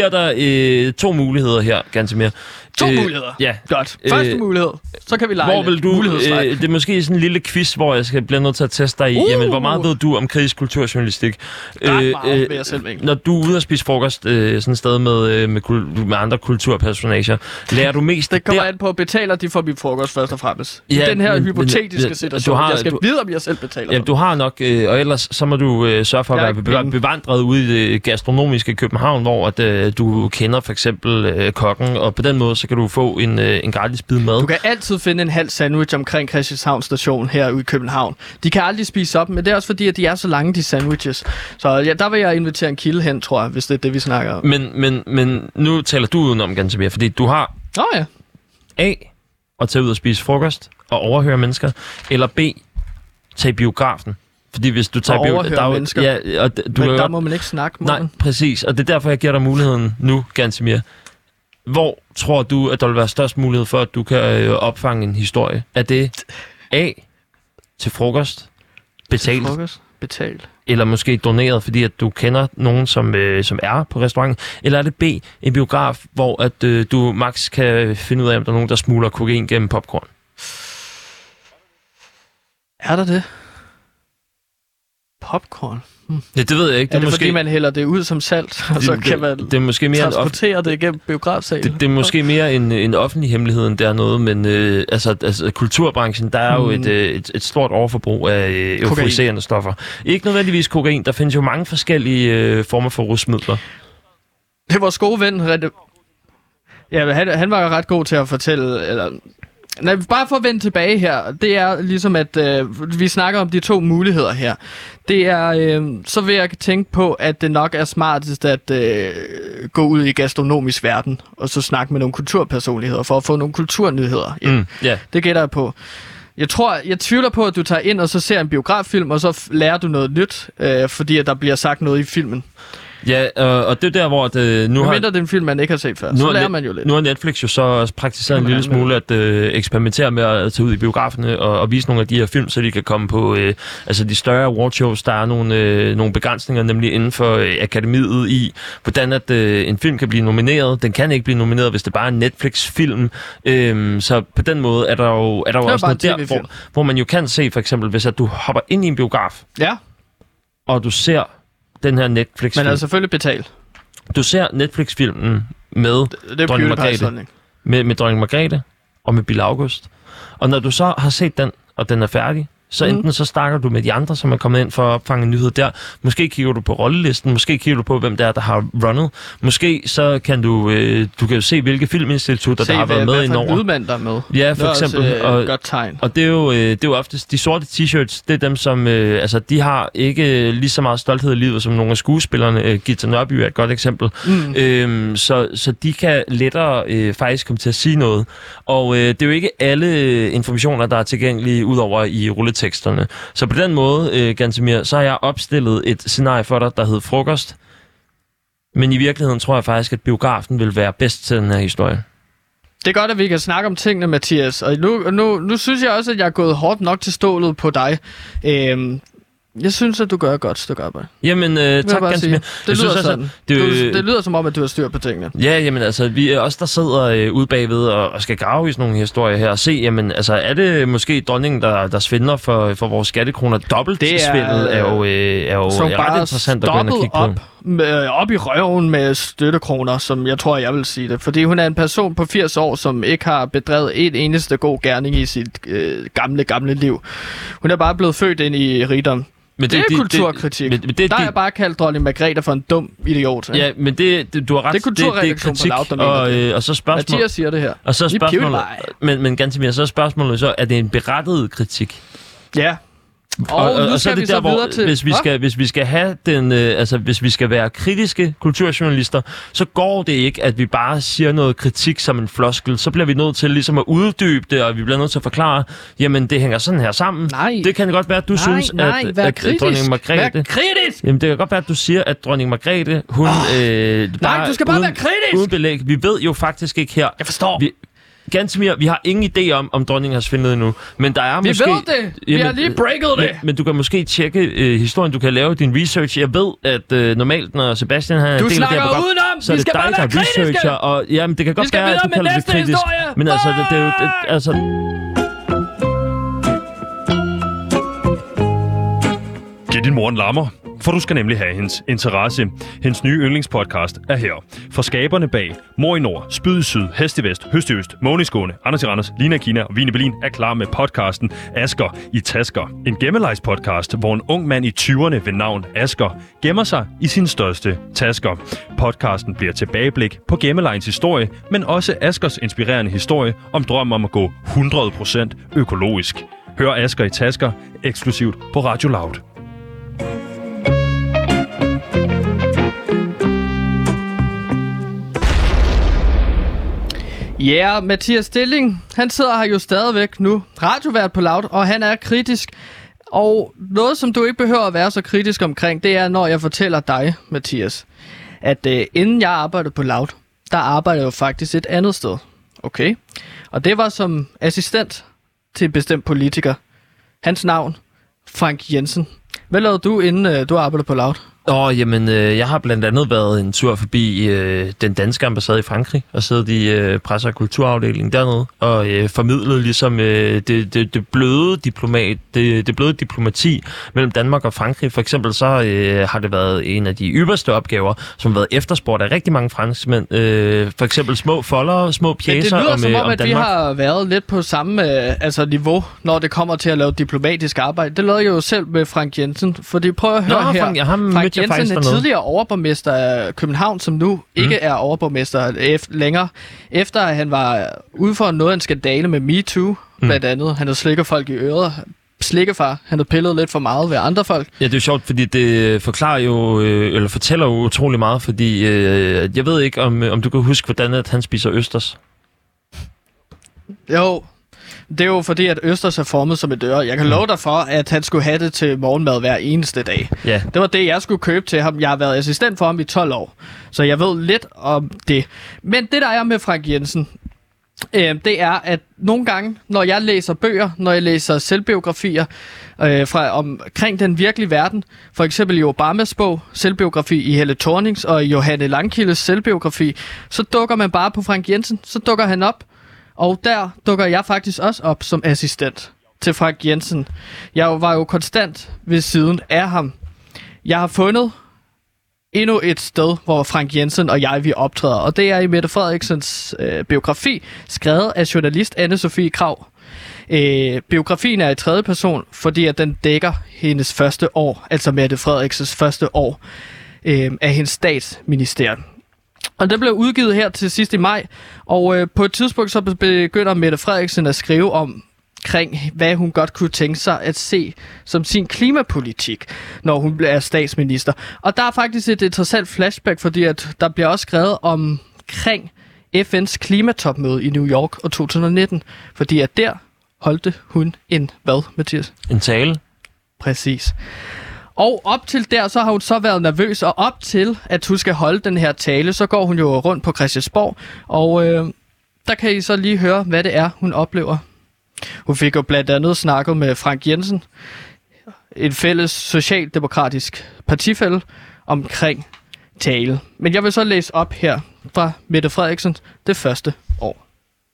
giver dig 2 muligheder her, ganske mere. 2 muligheder? Ja. Godt. Første mulighed. Så kan vi lege Hvor vil du... det er måske sådan en lille quiz, hvor jeg skal blive nødt til at teste dig i. Jamen, hvor meget ved du om kritisk kulturjournalistik? Ret meget, vil jeg selv mene. Når du er ude og spise frokost sådan et sted med andre kulturpersonager, lærer du mest... Det kommer an på, betaler de for min frokost først og fremmest. Ja, den her hypotetiske situation. Jeg skal vide, om jeg selv betaler. Jamen, du har nok... og ellers så må du sørge for at være bevandret ude i det gastronomiske København, hvor at, du kender for eksempel kokken, og på den måde så kan du få en gratis bid mad. Du kan altid finde en halv sandwich omkring Christianshavn station her ude i København. De kan aldrig spise op, men det er også fordi, at de er så lange, de sandwiches. Så ja, der vil jeg invitere en kilde hen, tror jeg, hvis det er det, vi snakker om. Men nu taler du udenom ganske mere, fordi du har A, at tage ud og spise frokost og overhøre mennesker, eller B, tage i biografen. Fordi hvis du tager overhøre mennesker. Ja, og men der må man ikke snakke. Nej, præcis. Og det er derfor, jeg giver dig muligheden nu, ganske mere. Hvor tror du, at der vil være størst mulighed for, at du kan opfange en historie? Er det A, til frokost, betalt, eller måske doneret, fordi at du kender nogen, som er på restauranten, eller er det B, en biograf, hvor at du max kan finde ud af, om der er nogen, der smugler kokain gennem popcorn? Er der det? Popcorn? Ja, det ved jeg ikke. Det er måske... fordi, man hælder det ud som salt, og så kan man det er måske mere transportere det igennem biografsalen? Det er måske mere en offentlig hemmelighed, end der er noget, men altså kulturbranchen, der er jo et stort overforbrug af euforiserende stoffer. Ikke nødvendigvis kokain, der findes jo mange forskellige former for rusmidler. Det er vores gode ven, ja, han var jo ret god til at fortælle, eller... Nej, bare for at vende tilbage her, det er ligesom, at vi snakker om de 2 muligheder her. Det er, så vil jeg tænke på, at det nok er smartest at gå ud i gastronomisk verden, og så snakke med nogle kulturpersonligheder, for at få nogle kulturnyheder. Yeah. Det gætter jeg på. Jeg tvivler på, at du tager ind og så ser en biograffilm, og så lærer du noget nyt, fordi at der bliver sagt noget i filmen. Ja, og det er der, hvor nu har... det er en film, man ikke har set før, så lærer man jo lidt. Nu har Netflix jo så også praktiseret en lille smule at eksperimentere med at tage ud i biograferne og vise nogle af de her film, så de kan komme på altså de større awardshows. Der er nogle begrænsninger, nemlig inden for akademiet i, hvordan at en film kan blive nomineret. Den kan ikke blive nomineret, hvis det bare er en Netflix-film. Så på den måde er der jo også noget der, hvor man jo kan se, for eksempel, hvis at du hopper ind i en biograf, og du ser den her Netflix-film. Men er selvfølgelig betalt. Du ser Netflix-filmen med Dronning Margrethe. Med Dronning Margrethe og med Bille August. Og når du så har set den, og den er færdig, så enten så snakker du med de andre, som er kommet ind for at opfange nyheder der. Måske kigger du på rollelisten. Måske kigger du på, hvem der har runnet. Måske så kan du kan jo se, hvilke filminstitutter, der har været med indover. Se, hvad lydmand der er med. Ja, for eksempel. Det er også godt tegn. Og det er jo oftest de sorte t-shirts, det er dem, som de har ikke lige så meget stolthed i livet, som nogle af skuespillerne. Gita Nørby er et godt eksempel. Så de kan lettere faktisk komme til at sige noget. Og det er jo ikke alle informationer, der er tilgængelige, udover i rulleteksterne. Så på den måde, Gantemir, så har jeg opstillet et scenarie for dig, der hedder frokost. Men i virkeligheden tror jeg faktisk, at biografen vil være bedst til den her historie. Det er godt, at vi kan snakke om tingene, Mathias. Og nu synes jeg også, at jeg er gået hårdt nok til stålet på dig. Jeg synes, at du gør et godt stykke arbejde. Jamen, tak ganske mere. Det lyder sådan. Det lyder som om, at du har styr på tingene. Ja, jamen altså, vi er også der sidder ude bagved og skal grave i sådan nogle historier her og se, jamen altså, er det måske dronningen, der svindler for vores skattekroner? Dobbeltsvindel er jo ret interessant at gå ind og kigge på. Op i røven med støttekroner, som jeg tror, jeg vil sige det. Fordi hun er en person på 80 år, som ikke har bedrevet en eneste god gerning i sit gamle liv. Hun er bare blevet født ind i rigdom. Men det er kulturkritik. Der er jeg bare kaldt dronning Margrethe for en dum idiot. Ikke? Ja, men du har ret. Det er kulturredaktion på Laud, der mener det. Og så spørgsmålet... Mathias siger det her. Og så spørgsmålet... Men Gantemir, så er spørgsmålet så, er det en berettiget kritik? Ja. Og nu skal vi så videre til... Hvis vi skal have den... hvis vi skal være kritiske kulturjournalister, så går det ikke, at vi bare siger noget kritik som en floskel. Så bliver vi nødt til ligesom at uddybe det, og vi bliver nødt til at forklare, jamen det hænger sådan her sammen. Nej. Det kan godt være, at du synes, at dronning Margrethe... Vær kritisk! Jamen det kan godt være, at du siger, at dronning Margrethe, hun... nej, du skal bare være kritisk! Uden belæg. Vi ved jo faktisk ikke her... Jeg forstår. Gantemir, vi har ingen idé om dronningen har svindlet endnu, men der er Vi måske... ved det! Vi har lige breaket det! Men du kan måske tjekke historien, du kan lave din research. Jeg ved, at normalt, når Sebastian har en del af det her program, udenom! så er det dig, der er researcher, og jamen, det kan godt være, at du kalder det kritisk. Historie. Men altså, det er jo... Altså... Giv din mor en lammer, for du skal nemlig have hendes interesse. Hendes nye yndlingspodcast er her. For skaberne bag Mor i Nord, Spyd i Syd, Hest i Vest, Høst i Øst, Måne i Skåne, Anders i Randers, Lina i Kina og Vin i Berlin er klar med podcasten Asger i Tasker. En gemmelejspodcast, hvor en ung mand i 20'erne ved navn Asger gemmer sig i sine største tasker. Podcasten bliver tilbageblik på gemmelejens historie, men også Asgers inspirerende historie om drømmen om at gå 100% økologisk. Hør Asger i Tasker eksklusivt på Radio Loud. Ja, Mathias Stilling, han sidder her jo stadigvæk nu, radiovært på Loud, og han er kritisk. Og noget, som du ikke behøver at være så kritisk omkring, det er, når jeg fortæller dig, Mathias, at inden jeg arbejdede på Loud, der arbejdede jeg jo faktisk et andet sted. Okay? Og det var som assistent til en bestemt politiker. Hans navn, Frank Jensen. Hvad lavede du, inden du arbejdede på Loud? Jamen, jeg har blandt andet været en tur forbi den danske ambassade i Frankrig og siddet i presse- og kulturafdelingen dernede og formidlet ligesom det bløde diplomati mellem Danmark og Frankrig. For eksempel så har det været en af de ypperste opgaver, som har været efterspurgt af rigtig mange franskmænd. For eksempel små foldere, små pjecer om Danmark. Det lyder som om, at vi har været lidt på samme niveau, når det kommer til at lave diplomatisk arbejde. Det lavede jeg jo selv med Frank Jensen, fordi prøv at høre her. Frank Jensen er tidligere overborgmester af København, som nu ikke er overborgmester længere, efter at han var ude for noget af en skandale med MeToo, blandt andet. Han havde slikket folk i øret. Slikkefar. Han havde pillet lidt for meget ved andre folk. Ja, det er jo sjovt, fordi det forklarer jo, eller fortæller jo utrolig meget, fordi jeg ved ikke, om du kan huske, hvordan at han spiser østers. Jo, det er jo fordi, at østers er formet som et øre. Jeg kan love dig for, at han skulle have det til morgenmad hver eneste dag. Ja. Det var det, jeg skulle købe til ham. Jeg har været assistent for ham i 12 år, så jeg ved lidt om det. Men det, der er med Frank Jensen, det er, at nogle gange, når jeg læser bøger, når jeg læser selvbiografier omkring den virkelige verden, for eksempel i Obamas bog, selvbiografi i Helle Thornings og Johanne Langkildes selvbiografi, så dukker man bare på Frank Jensen, så dukker han op. Og der dukker jeg faktisk også op som assistent til Frank Jensen. Jeg var jo konstant ved siden af ham. Jeg har fundet endnu et sted, hvor Frank Jensen og jeg vi optræder, og det er i Mette Frederiksens biografi, skrevet af journalist Anne-Sophie Krag. Biografien er i tredje person, fordi at den dækker hendes første år, altså Mette Frederiksens første år af hendes statsministerium. Og det blev udgivet her til sidst i maj, og på et tidspunkt så begynder Mette Frederiksen at skrive omkring, hvad hun godt kunne tænke sig at se som sin klimapolitik, når hun bliver statsminister. Og der er faktisk et interessant flashback, fordi at der bliver også skrevet omkring FN's klimatopmøde i New York i 2019, fordi at der holdte hun en hvad, Mathias? En tale. Præcis. Og op til der, så har hun så været nervøs, og op til, at hun skal holde den her tale, så går hun jo rundt på Christiansborg, og der kan I så lige høre, hvad det er, hun oplever. Hun fik jo blandt andet snakket med Frank Jensen, en fælles socialdemokratisk partifælle, omkring tale. Men jeg vil så læse op her fra Mette Frederiksen det første år.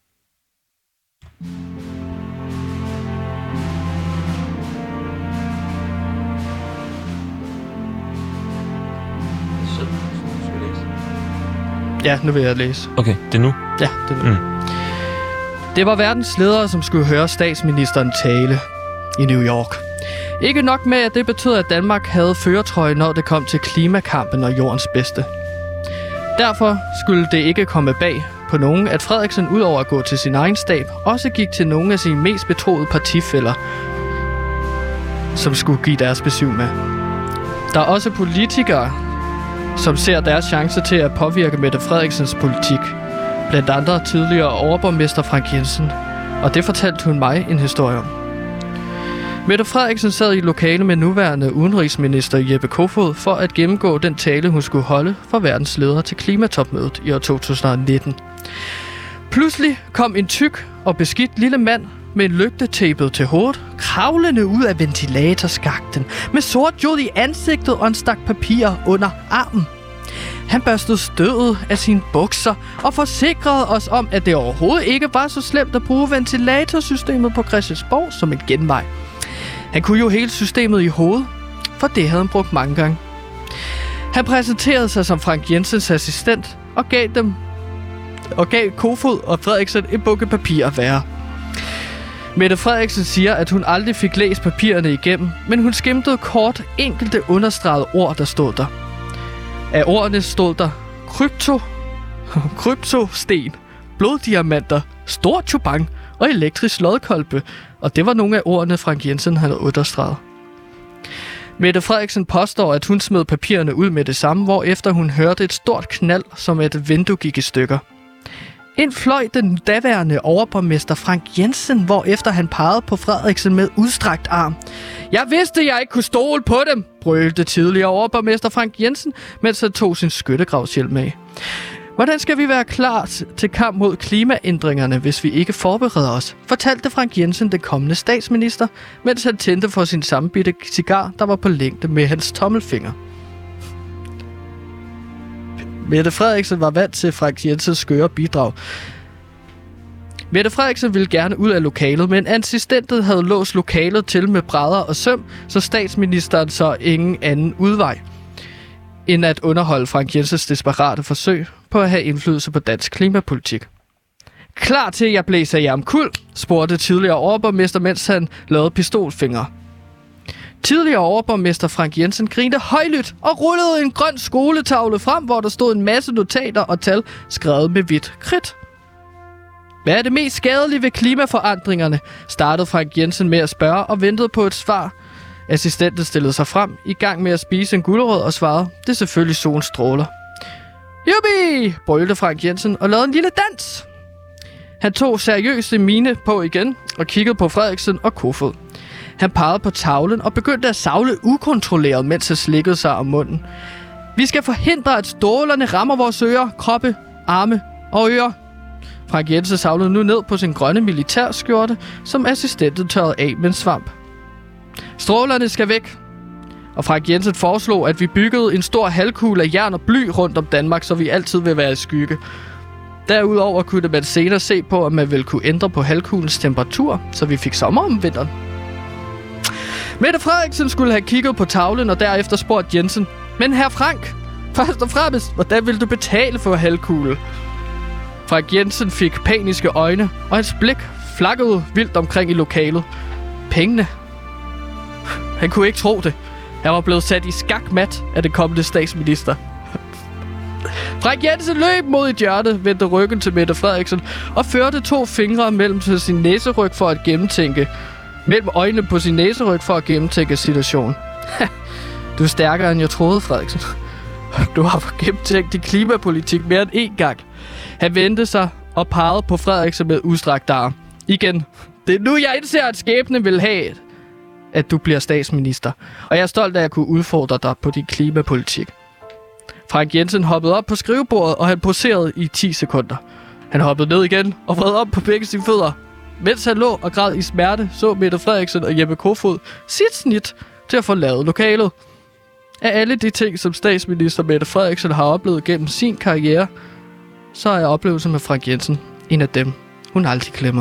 Ja, nu vil jeg læse. Okay, det er nu? Ja, det er nu. Det var verdens ledere, som skulle høre statsministeren tale i New York. Ikke nok med, at det betød, at Danmark havde førertrøje, når det kom til klimakampen og jordens bedste. Derfor skulle det ikke komme bag på nogen, at Frederiksen udover at gå til sin egen stab, også gik til nogle af sine mest betroede partifæller, som skulle give deres besyv med. Der er også politikere, som ser deres chance til at påvirke Mette Frederiksens politik. Blandt andre tidligere overborgmester Frank Jensen. Og det fortalte hun mig en historie om. Mette Frederiksen sad i lokale med nuværende udenrigsminister Jeppe Kofod for at gennemgå den tale, hun skulle holde for verdens ledere til klimatopmødet i år 2019. Pludselig kom en tyk og beskidt lille mand med en lygte tapet til hovedet, kravlende ud af ventilatorskakten, med sort jod i ansigtet og en stak papir under armen. Han børstede støvet af sine bukser og forsikrede os om, at det overhovedet ikke var så slemt at bruge ventilatorsystemet på Christiansborg som en genvej. Han kunne jo hele systemet i hovedet, for det havde han brugt mange gange. Han præsenterede sig som Frank Jensens assistent og gav Kofod og Frederiksen en bunke papir at være. Mette Frederiksen siger, at hun aldrig fik læst papirerne igennem, men hun skimtede kort enkelte understregede ord, der stod der. Af ordene stod der kryptosten, bloddiamanter, stor chubang og elektrisk lodkolbe, og det var nogle af ordene, Frank Jensen havde understreget. Mette Frederiksen påstår, at hun smed papirerne ud med det samme, hvorefter hun hørte et stort knald, som et vindue gik i stykker. Ind fløj den daværende overborgmester Frank Jensen, hvorefter han pegede på Frederiksen med udstrakt arm. Jeg vidste, jeg ikke kunne stole på dem, brølte tidligere overborgmester Frank Jensen, mens han tog sin skyttegravshjelm af. Hvordan skal vi være klar til kamp mod klimaændringerne, hvis vi ikke forbereder os? Fortalte Frank Jensen, den kommende statsminister, mens han tændte for sin sammenbitte cigar, der var på længde med hans tommelfinger. Mette Frederiksen var vant til Frank Jensens skøre bidrag. Mette Frederiksen ville gerne ud af lokalet, men assistenten havde låst lokalet til med brædder og søm, så statsministeren så ingen anden udvej end at underholde Frank Jensens desperate forsøg på at have indflydelse på dansk klimapolitik. Klar til, at jeg blæser jer omkuld, spurgte tidligere overborgmester, mens han lavede pistolfingre. Tidligere overborgmester Frank Jensen grinte højlydt og rullede en grøn skoletavle frem, hvor der stod en masse notater og tal skrevet med hvidt kridt. Hvad er det mest skadelige ved klimaforandringerne? Startede Frank Jensen med at spørge og ventede på et svar. Assistenten stillede sig frem, i gang med at spise en gulerod og svarede, det er selvfølgelig solens stråler. Jubi! Brølte Frank Jensen og lavede en lille dans. Han tog seriøse mine på igen og kiggede på Frederiksen og Kofod. Han pegede på tavlen og begyndte at savle ukontrolleret, mens han slikkede sig om munden. Vi skal forhindre, at strålerne rammer vores ører, kroppe, arme og ører. Frank Jensen savlede nu ned på sin grønne militærskjorte, som assistenten tørrede af med en svamp. Strålerne skal væk. Og Frank Jensen foreslog, at vi byggede en stor halvkugle af jern og bly rundt om Danmark, så vi altid vil være i skygge. Derudover kunne man senere se på, at man ville kunne ændre på halvkuglens temperatur, så vi fik sommer om vinteren. Mette Frederiksen skulle have kigget på tavlen og derefter spurgt Jensen, men herr Frank, først og fremmest, hvordan vil du betale for halvkugle? Frank Jensen fik paniske øjne, og hans blik flakkede vildt omkring i lokalet. Pengene. Han kunne ikke tro det. Han var blevet sat i skakmat af det kommende statsminister. Frank Jensen løb mod et hjørne, vendte ryggen til Mette Frederiksen og førte 2 fingre mellem sin næseryg for at gennemtænke. Mellem øjnene på sin næseryg for at gennemtænke situationen. Du er stærkere end jeg troede, Frederiksen. Du har gennemtænkt din klimapolitik mere end én gang. Han vendte sig og pegede på Frederiksen med udstrakt arm. Igen. Det er nu, jeg indser, at skæbnen vil have, at du bliver statsminister. Og jeg er stolt af at kunne udfordre dig på din klimapolitik. Frank Jensen hoppede op på skrivebordet, og han poserede i 10 sekunder. Han hoppede ned igen og vred op på begge sine fødder. Mens han lå og græd i smerte, så Mette Frederiksen og Jeppe Kofod sit snit til at få lavet lokalet. Af alle de ting, som statsminister Mette Frederiksen har oplevet gennem sin karriere, så er oplevelsen med Frank Jensen en af dem, hun aldrig glemmer.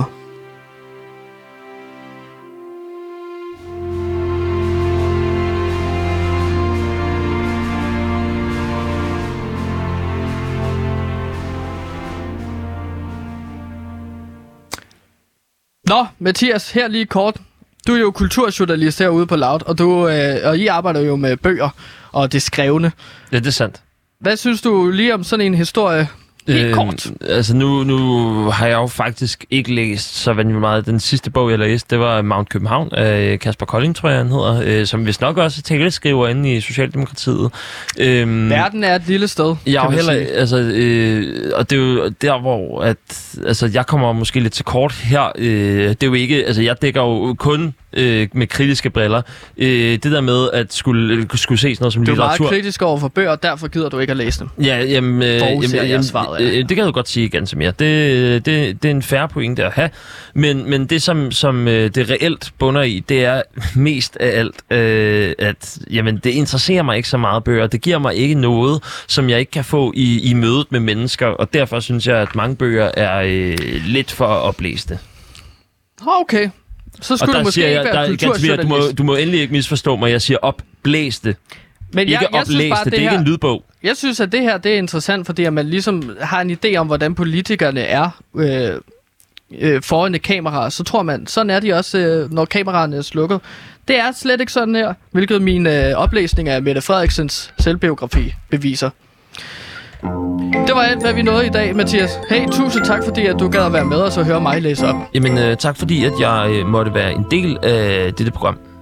Nå, Mathias, her lige kort. Du er jo kulturjournalist herude på Loud, og I arbejder jo med bøger og det skrevne. Ja, det er sandt. Hvad synes du lige om sådan en historie? Helt kort. Altså nu har jeg jo faktisk ikke læst så vanvittigt meget. Den sidste bog, jeg læste, det var Mount København af Kasper Kolding, tror jeg, han hedder, som vist nok også er taleskriver inde i Socialdemokratiet. Verden er et lille sted, jeg kan man sige. Altså, og det er jo der, hvor at, altså, jeg kommer måske lidt til kort her. Det er jo ikke, altså jeg dækker jo kun med kritiske briller. Det der med at skulle ses noget som litteratur. Du er meget kritisk over for bøger, og derfor gider du ikke at læse dem. Ja, jamen, Det kan jeg godt sige, Gantemir. Det er en fair pointe at have. Men det, som det reelt bunder i, det er mest af alt, at jamen, det interesserer mig ikke så meget bøger. Det giver mig ikke noget, som jeg ikke kan få i mødet med mennesker. Og derfor synes jeg, at mange bøger er lidt for oplæste. Okay. Så skulle du måske ikke være kulturjournalist. Du må endelig ikke misforstå mig. Jeg siger oplæste. Men ikke oplæste. Det er ikke en lydbog. Jeg synes, at det her det er interessant, fordi at man ligesom har en idé om, hvordan politikerne er foran et kamera. Så tror man, sådan er de også, når kameraerne er slukket. Det er slet ikke sådan her, hvilket min oplæsning af Mette Frederiksens selvbiografi beviser. Det var alt, hvad vi nåede i dag, Mathias. Hey, tusind tak, fordi at du gad at være med os og høre mig læse op. Jamen, tak fordi at jeg måtte være en del af dette program.